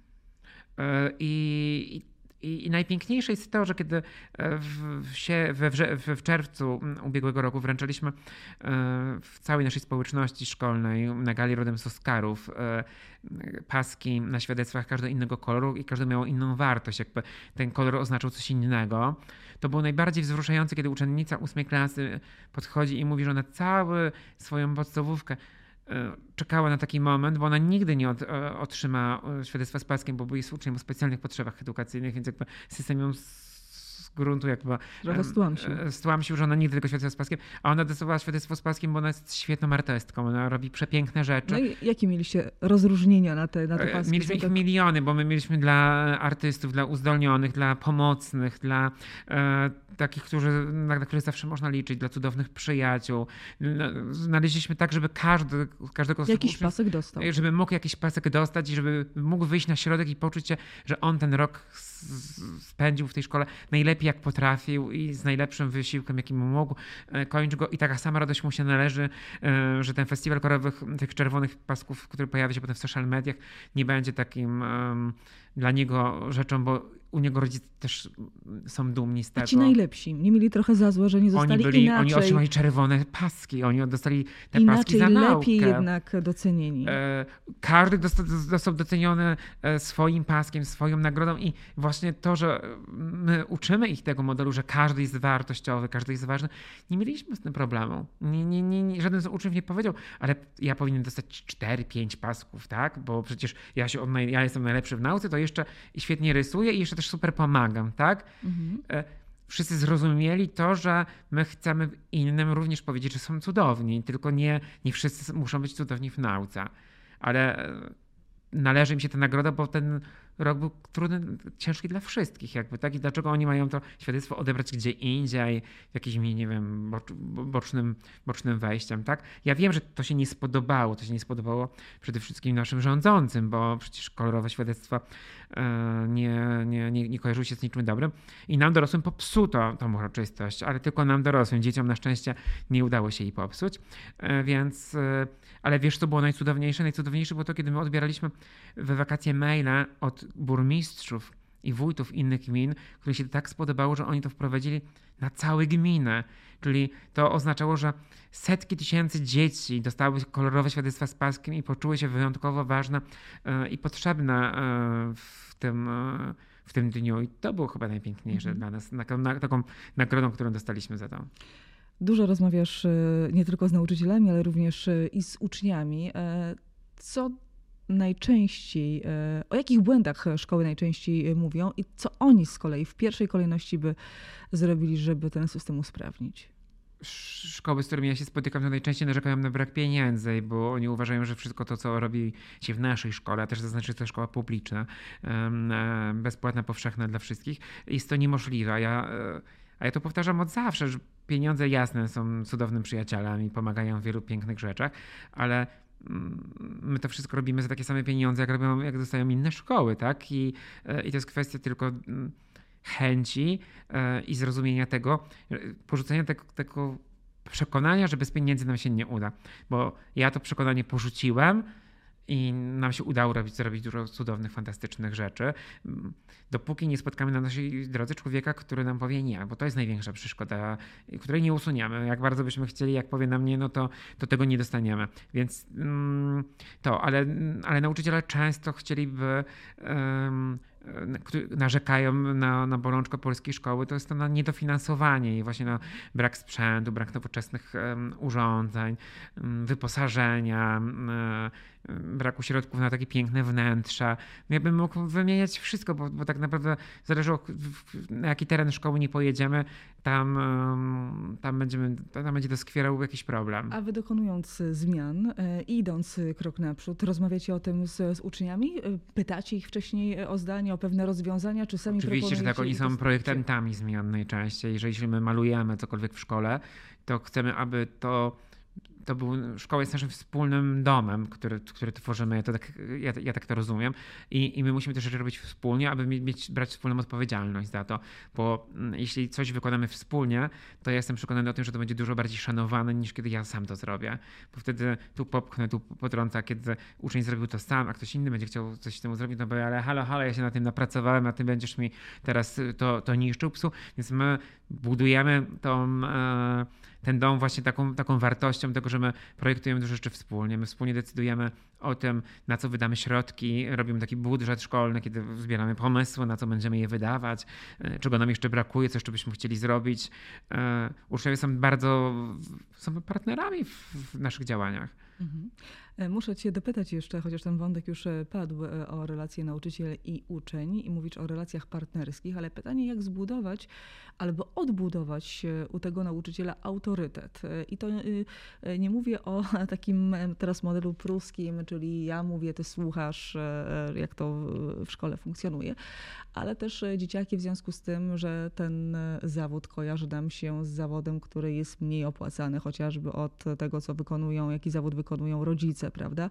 I, i I, I najpiękniejsze jest to, że kiedy w, się, we, w, w czerwcu ubiegłego roku wręczaliśmy w całej naszej społeczności szkolnej na gali rodem z Oscarów paski na świadectwach każdego innego koloru i każde miało inną wartość, jakby ten kolor oznaczał coś innego. To było najbardziej wzruszające, kiedy uczennica ósmej klasy podchodzi i mówi, że ona całą swoją podstawówkę czekała na taki moment, bo ona nigdy nie od, otrzyma świadectwa z paskiem, bo jest uczniem o specjalnych potrzebach edukacyjnych, więc jakby system ją z gruntu jakby trochę stłamsił. stłamsił, że ona nigdy tego świadectwa z paskiem, a ona dostawała świadectwo z paskiem, bo ona jest świetną artystką, ona robi przepiękne rzeczy. No i jakie mieliście rozróżnienia na te, na te paski? Mieliśmy ich tak... miliony, bo my mieliśmy dla artystów, dla uzdolnionych, dla pomocnych, dla e, takich, którzy, na, na których zawsze można liczyć, dla cudownych przyjaciół. Znaleźliśmy tak, żeby każdy, każdego z jakiś uczniów, pasek dostał. Żeby mógł jakiś pasek dostać i żeby mógł wyjść na środek i poczuć się, że on ten rok spędził w tej szkole najlepiej jak potrafił i z najlepszym wysiłkiem, jaki mu mógł, kończyć go i taka sama radość mu się należy, że ten festiwal kolorowych, tych czerwonych pasków, który pojawia się potem w social mediach, nie będzie takim um, dla niego rzeczą, bo u niego rodzice też są dumni z tego. A ci najlepsi nie mieli trochę za złe, że nie zostali oni byli, inaczej. Oni otrzymali czerwone paski, oni dostali te inaczej, paski za naukę. lepiej jednak docenieni. E, każdy dostał, został doceniony swoim paskiem, swoją nagrodą i właśnie to, że my uczymy ich tego modelu, że każdy jest wartościowy, każdy jest ważny, nie mieliśmy z tym problemu. Nie, nie, nie, nie, żaden z uczniów nie powiedział, ale ja powinien dostać cztery pięć pasków, tak? Bo przecież ja, się, ja jestem najlepszy w nauce, to jeszcze świetnie rysuję i jeszcze też super pomagam, tak? Mhm. Wszyscy zrozumieli to, że my chcemy innym również powiedzieć, że są cudowni, tylko nie, nie wszyscy muszą być cudowni w nauce. Ale należy im się ta nagroda, bo ten rok był trudny, ciężki dla wszystkich jakby, tak? I dlaczego oni mają to świadectwo odebrać gdzie indziej, jakimś, nie wiem, bocznym, bocznym wejściem, tak? Ja wiem, że to się nie spodobało, to się nie spodobało przede wszystkim naszym rządzącym, bo przecież kolorowe świadectwa nie, nie, nie, nie kojarzyły się z niczym dobrym i nam dorosłym popsuto tą uroczystość, ale tylko nam dorosłym, dzieciom na szczęście nie udało się jej popsuć, więc, ale wiesz, co było najcudowniejsze? Najcudowniejsze było to, kiedy my odbieraliśmy we wakacje maile od burmistrzów i wójtów innych gmin, którym się to tak spodobało, że oni to wprowadzili na całe gminę. Czyli to oznaczało, że setki tysięcy dzieci dostały kolorowe świadectwa z paskiem i poczuły się wyjątkowo ważne i potrzebne w tym, w tym dniu. I to było chyba najpiękniejsze mm. dla nas, taką nagrodą, którą dostaliśmy za to. Dużo rozmawiasz nie tylko z nauczycielami, ale również i z uczniami. Co najczęściej, o jakich błędach szkoły najczęściej mówią i co oni z kolei w pierwszej kolejności by zrobili, żeby ten system usprawnić? Szkoły, z którymi ja się spotykam, to najczęściej narzekają na brak pieniędzy, bo oni uważają, że wszystko to, co robi się w naszej szkole, a też zaznaczy, że to szkoła publiczna, bezpłatna, powszechna dla wszystkich, jest to niemożliwe. A ja, a ja to powtarzam od zawsze, że pieniądze jasne są cudownym przyjacielem i pomagają w wielu pięknych rzeczach, ale my to wszystko robimy za takie same pieniądze, jak robią, jak dostają inne szkoły, tak? I, i to jest kwestia tylko chęci i zrozumienia tego, porzucenia tego, tego przekonania, że bez pieniędzy nam się nie uda. Bo ja to przekonanie porzuciłem i nam się udało robić, zrobić dużo cudownych, fantastycznych rzeczy. Dopóki nie spotkamy na naszej drodze człowieka, który nam powie nie, bo to jest największa przeszkoda, której nie usuniemy. Jak bardzo byśmy chcieli, jak powie nam nie, no to, to tego nie dostaniemy. Więc mm, to, ale, ale nauczyciele często chcieliby um, narzekają na, na bolączkę polskiej szkoły, to jest to na niedofinansowanie i właśnie na brak sprzętu, brak nowoczesnych um, urządzeń, um, wyposażenia, um, braku środków na takie piękne wnętrza. Ja bym mógł wymieniać wszystko, bo, bo tak naprawdę zależy o, na jaki teren szkoły nie pojedziemy, tam, um, tam, będziemy, tam będzie doskwierał jakiś problem. A wy dokonując zmian i idąc krok naprzód, rozmawiacie o tym z, z uczniami? Pytacie ich wcześniej o zdanie, o pewne rozwiązania, czy sami proponujecie? Oczywiście, że tak, oni są projektantami zmian najczęściej. Jeżeli my malujemy cokolwiek w szkole, to chcemy, aby to To był, szkoła jest naszym wspólnym domem, który, który tworzymy, ja, to tak, ja, ja tak to rozumiem. I, I my musimy te rzeczy robić wspólnie, aby mieć, brać wspólną odpowiedzialność za to. Bo jeśli coś wykonamy wspólnie, to ja jestem przekonany o tym, że to będzie dużo bardziej szanowane niż kiedy ja sam to zrobię. Bo wtedy tu popchnę, tu potrącę, kiedy uczeń zrobił to sam, a ktoś inny będzie chciał coś z tym zrobić, no bo ale halo, halo, ja się na tym napracowałem, a ty będziesz mi teraz to, to niszczył, psu. Więc my budujemy tą... E, ten dom właśnie taką, taką wartością tego, że my projektujemy dużo rzeczy wspólnie. My wspólnie decydujemy o tym, na co wydamy środki, robimy taki budżet szkolny, kiedy zbieramy pomysły, na co będziemy je wydawać, czego nam jeszcze brakuje, co jeszcze byśmy chcieli zrobić. Uczniowie są bardzo, są partnerami w, w naszych działaniach. Mhm. Muszę cię dopytać jeszcze, chociaż ten wątek już padł, o relacje nauczyciel i uczeń i mówisz o relacjach partnerskich, ale pytanie, jak zbudować albo odbudować u tego nauczyciela autorytet. I to nie mówię o takim teraz modelu pruskim, czyli ja mówię, ty słuchasz, jak to w szkole funkcjonuje, ale też dzieciaki w związku z tym, że ten zawód kojarzy nam się z zawodem, który jest mniej opłacany, chociażby od tego, co wykonują, jaki zawód wykonują rodzice, prawda?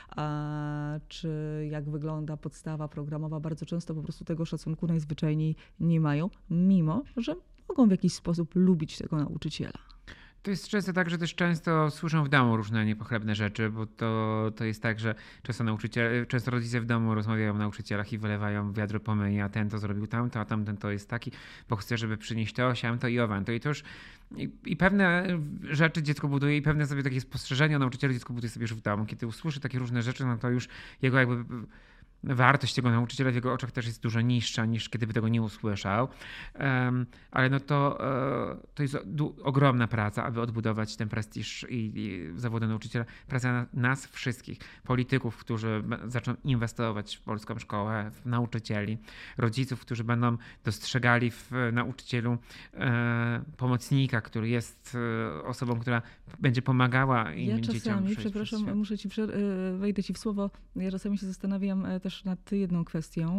A czy jak wygląda podstawa programowa, bardzo często po prostu tego szacunku najzwyczajniej nie mają, mimo że mogą w jakiś sposób lubić tego nauczyciela. To jest często tak, że też często słyszą w domu różne niepochlebne rzeczy, bo to, to jest tak, że często nauczyciele, często rodzice w domu rozmawiają o nauczycielach i wylewają wiadro pomyje, a ten to zrobił tamto, a tamten to jest taki, bo chce, żeby przynieść to, siamto i owanto. I to już i, i pewne rzeczy dziecko buduje i pewne sobie takie spostrzeżenia nauczyciela dziecko buduje sobie już w domu. Kiedy usłyszy takie różne rzeczy, no to już jego jakby wartość tego nauczyciela w jego oczach też jest dużo niższa niż kiedy by tego nie usłyszał. Um, ale no to, uh, to jest du- ogromna praca, aby odbudować ten prestiż i, i zawodu nauczyciela. Praca na, nas wszystkich, polityków, którzy b- zaczną inwestować w polską szkołę, w nauczycieli, rodziców, którzy będą dostrzegali w nauczycielu e, pomocnika, który jest e, osobą, która będzie pomagała innym ja dzieciom. czasami, przepraszam, muszę ci, wejdę ci w słowo, ja czasami się zastanawiam też nad jedną kwestią,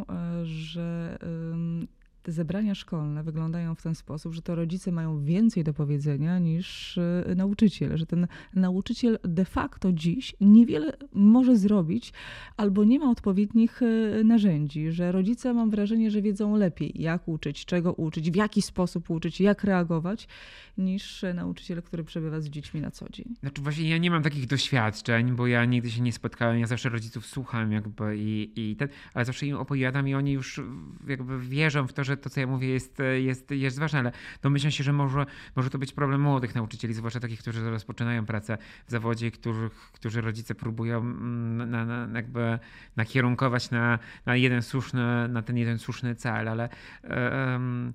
że te zebrania szkolne wyglądają w ten sposób, że to rodzice mają więcej do powiedzenia niż nauczyciel, że ten nauczyciel de facto dziś niewiele może zrobić albo nie ma odpowiednich narzędzi, że rodzice, mam wrażenie, że wiedzą lepiej, jak uczyć, czego uczyć, w jaki sposób uczyć, jak reagować, niż nauczyciel, który przebywa z dziećmi na co dzień. Znaczy właśnie ja nie mam takich doświadczeń, bo ja nigdy się nie spotkałem, ja zawsze rodziców słucham jakby i, i ten, ale zawsze im opowiadam i oni już jakby wierzą w to, że to, co ja mówię, jest, jest, jest ważne, ale domyślam się, że może, może to być problem młodych nauczycieli, zwłaszcza takich, którzy rozpoczynają pracę w zawodzie, których, którzy rodzice próbują na, na, jakby nakierunkować na, na jeden słuszny, na ten jeden słuszny cel, ale um,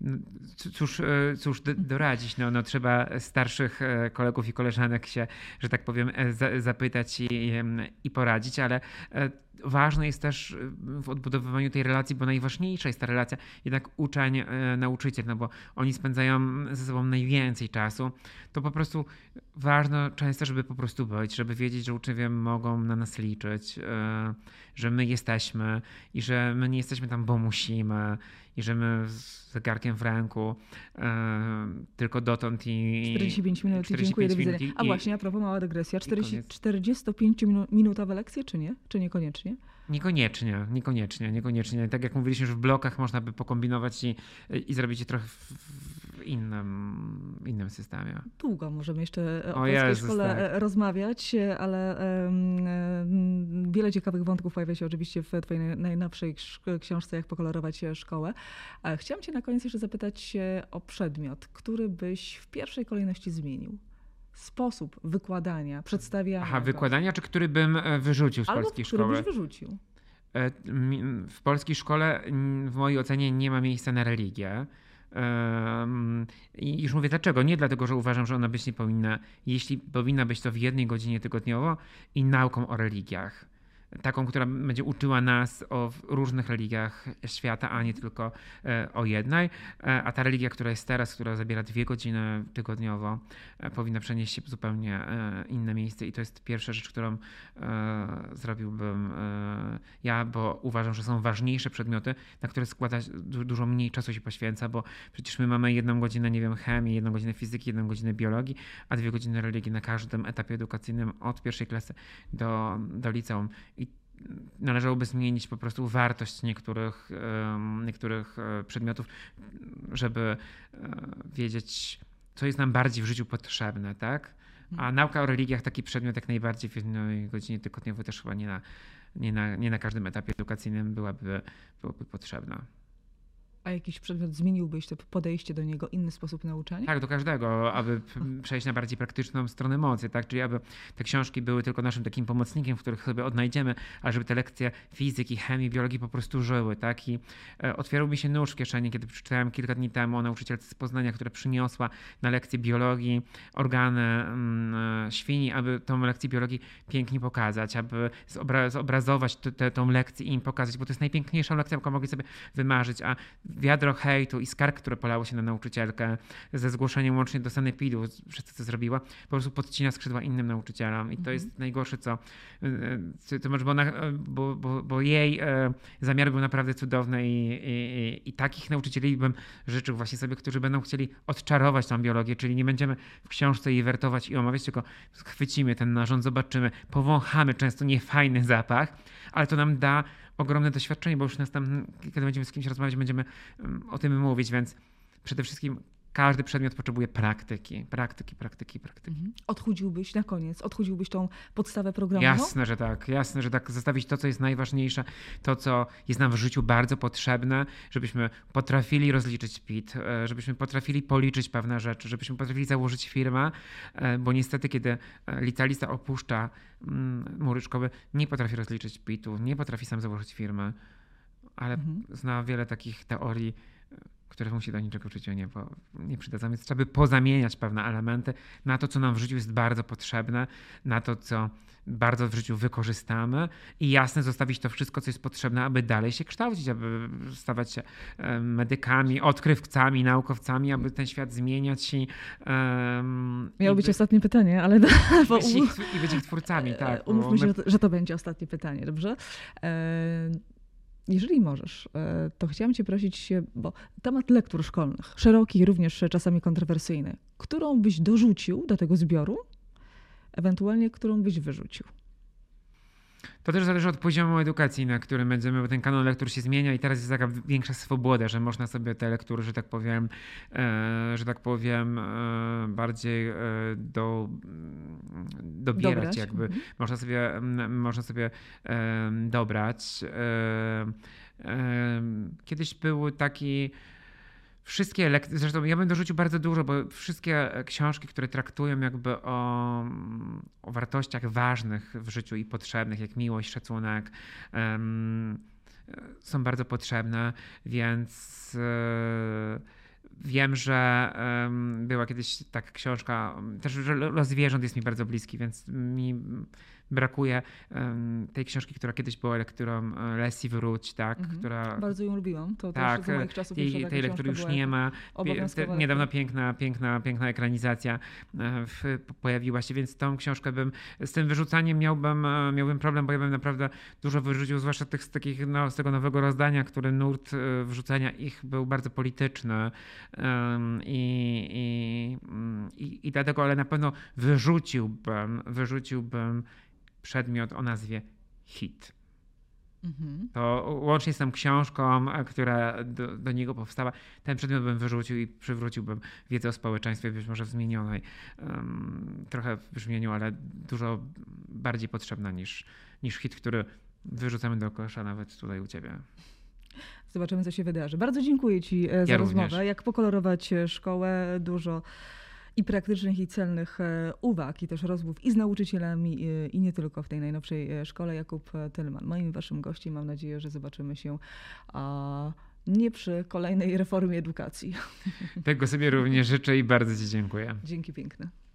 Cóż, cóż doradzić, no, no trzeba starszych kolegów i koleżanek się, że tak powiem, zapytać i, i poradzić, ale ważne jest też w odbudowywaniu tej relacji, bo najważniejsza jest ta relacja jednak uczeń-nauczyciel, no bo oni spędzają ze sobą najwięcej czasu, to po prostu ważne często, żeby po prostu być, żeby wiedzieć, że uczniowie mogą na nas liczyć, że my jesteśmy i że my nie jesteśmy tam, bo musimy i że my z zegarkiem w ręku e, tylko dotąd i... czterdzieści pięć minut i dziękuję, do widzenia. A właśnie, a propos, mała dygresja, czterdzieści, czterdziestopięciominutowe lekcje czy nie? Czy niekoniecznie? Niekoniecznie, niekoniecznie, niekoniecznie. Tak jak mówiliśmy, że w blokach można by pokombinować i, i zrobić je trochę w, w innym, innym systemie. Długo możemy jeszcze o, o polskiej Jezus, szkole tak. rozmawiać, ale um, wiele ciekawych wątków pojawia się oczywiście w twojej najnowszej książce Jak pokolorować szkołę. Chciałam cię na koniec jeszcze zapytać o przedmiot, który byś w pierwszej kolejności zmienił. Sposób wykładania, przedstawiania. Aha, go. wykładania, czy który bym wyrzucił z Albo polskiej który szkoły? byś wyrzucił. W polskiej szkole w mojej ocenie nie ma miejsca na religię. I już mówię dlaczego. Nie dlatego, że uważam, że ona być nie powinna. Jeśli powinna być to w jednej godzinie tygodniowo i nauką o religiach. Taką, która będzie uczyła nas o różnych religiach świata, a nie tylko o jednej. A ta religia, która jest teraz, która zabiera dwie godziny tygodniowo, powinna przenieść się w zupełnie inne miejsce. I to jest pierwsza rzecz, którą zrobiłbym ja, bo uważam, że są ważniejsze przedmioty, na które składa dużo mniej czasu się poświęca, bo przecież my mamy jedną godzinę, nie wiem, chemii, jedną godzinę fizyki, jedną godzinę biologii, a dwie godziny religii na każdym etapie edukacyjnym od pierwszej klasy do, do liceum. I należałoby zmienić po prostu wartość niektórych, niektórych przedmiotów, żeby wiedzieć, co jest nam bardziej w życiu potrzebne, tak? A nauka o religiach, taki przedmiot jak najbardziej w jednej godzinie tygodniowo też chyba nie na, nie na, nie na każdym etapie edukacyjnym byłaby, byłaby potrzebna. A jakiś przedmiot zmieniłbyś to podejście do niego, inny sposób nauczania? Tak, do każdego, aby przejść na bardziej praktyczną stronę mocy, tak? Czyli aby te książki były tylko naszym takim pomocnikiem, w których sobie odnajdziemy, a żeby te lekcje fizyki, chemii, biologii po prostu żyły, tak? I e, otwierał mi się nóż w kieszeni, kiedy przeczytałem kilka dni temu o nauczycielce z Poznania, która przyniosła na lekcję biologii organy mm, świni, aby tą lekcję biologii pięknie pokazać, aby zobra- zobrazować t- t- tą lekcję i im pokazać, bo to jest najpiękniejsza lekcja, jaką mogli sobie wymarzyć, a wiadro hejtu i skarg, które polało się na nauczycielkę ze zgłoszeniem łącznie do sanepidu przez to, co zrobiła, po prostu podcina skrzydła innym nauczycielom. I to jest mm-hmm. najgorsze, co... To może, bo, ona, bo, bo, bo jej zamiary były naprawdę cudowne i, i, i takich nauczycieli bym życzył właśnie sobie, którzy będą chcieli odczarować tą biologię, czyli nie będziemy w książce jej wertować i omawiać, tylko chwycimy ten narząd, zobaczymy, powąchamy często niefajny zapach, ale to nam da ogromne doświadczenie, bo już następnym, kiedy będziemy z kimś rozmawiać, będziemy o tym mówić, więc przede wszystkim każdy przedmiot potrzebuje praktyki, praktyki, praktyki, praktyki. Mhm. Odchudziłbyś na koniec, odchudziłbyś tą podstawę programową? Jasne, że tak, jasne, że tak. Zostawić to, co jest najważniejsze, to, co jest nam w życiu bardzo potrzebne, żebyśmy potrafili rozliczyć P I T, żebyśmy potrafili policzyć pewne rzeczy, żebyśmy potrafili założyć firmę, bo niestety, kiedy licealista opuszcza mury szkoły, nie potrafi rozliczyć P I T-u, nie potrafi sam założyć firmy, ale mhm. zna wiele takich teorii, które mu się do niczego w życiu nie, po, nie przydadzą. Więc trzeba by pozamieniać pewne elementy na to, co nam w życiu jest bardzo potrzebne, na to, co bardzo w życiu wykorzystamy i jasne zostawić to wszystko, co jest potrzebne, aby dalej się kształcić, aby stawać się medykami, odkrywcami, naukowcami, aby ten świat zmieniać. I, um, Miało i być by, ostatnie pytanie, ale... I być ich, i być ich twórcami, tak. Umówmy się, my... że to będzie ostatnie pytanie, dobrze? E... Jeżeli możesz, to chciałam cię prosić, bo temat lektur szkolnych, szeroki, również czasami kontrowersyjny, którą byś dorzucił do tego zbioru, ewentualnie którą byś wyrzucił? To też zależy od poziomu edukacji, na którym będziemy, bo ten kanon lektur się zmienia i teraz jest taka większa swoboda, że można sobie te lektury, że tak powiem, e, że tak powiem, e, bardziej e, do, dobierać dobrać. jakby. Mhm. Można sobie, m, można sobie e, dobrać. E, e, kiedyś był taki Wszystkie lekcje, zresztą ja bym dorzucił bardzo dużo, bo wszystkie książki, które traktują jakby o, o wartościach ważnych w życiu i potrzebnych, jak miłość, szacunek, um, są bardzo potrzebne, więc yy, wiem, że um, była kiedyś taka książka, też że Los zwierząt jest mi bardzo bliski, więc mi brakuje um, tej książki, która kiedyś była lekturą Lesji Wróć, tak? Mhm. która Bardzo ją lubiłam. To tak, też z moich czasów tej, tej lektury już nie ma. Te, niedawno piękna, piękna, piękna ekranizacja w, pojawiła się, więc tą książkę bym, z tym wyrzucaniem miałbym, miałbym problem, bo ja bym naprawdę dużo wyrzucił, zwłaszcza tych, z, takich, no, z tego nowego rozdania, który nurt wrzucania ich był bardzo polityczny um, i, i, i, i dlatego, ale na pewno wyrzuciłbym, wyrzuciłbym przedmiot o nazwie hit. Mhm. To łącznie z tą książką, która do, do niego powstała, ten przedmiot bym wyrzucił i przywróciłbym wiedzę o społeczeństwie, być może w zmienionej, um, trochę w brzmieniu, ale dużo bardziej potrzebna niż, niż hit, który wyrzucamy do kosza nawet tutaj u ciebie. Zobaczymy, co się wydarzy. Bardzo dziękuję ci za ja rozmowę. Również. Jak pokolorować szkołę, dużo i praktycznych, i celnych uwag, i też rozmów i z nauczycielami, i, i nie tylko w tej najnowszej szkole. Jakub Tylman, moim waszym gościem. Mam nadzieję, że zobaczymy się a nie przy kolejnej reformie edukacji. Tego sobie również życzę i bardzo ci dziękuję. Dzięki piękne.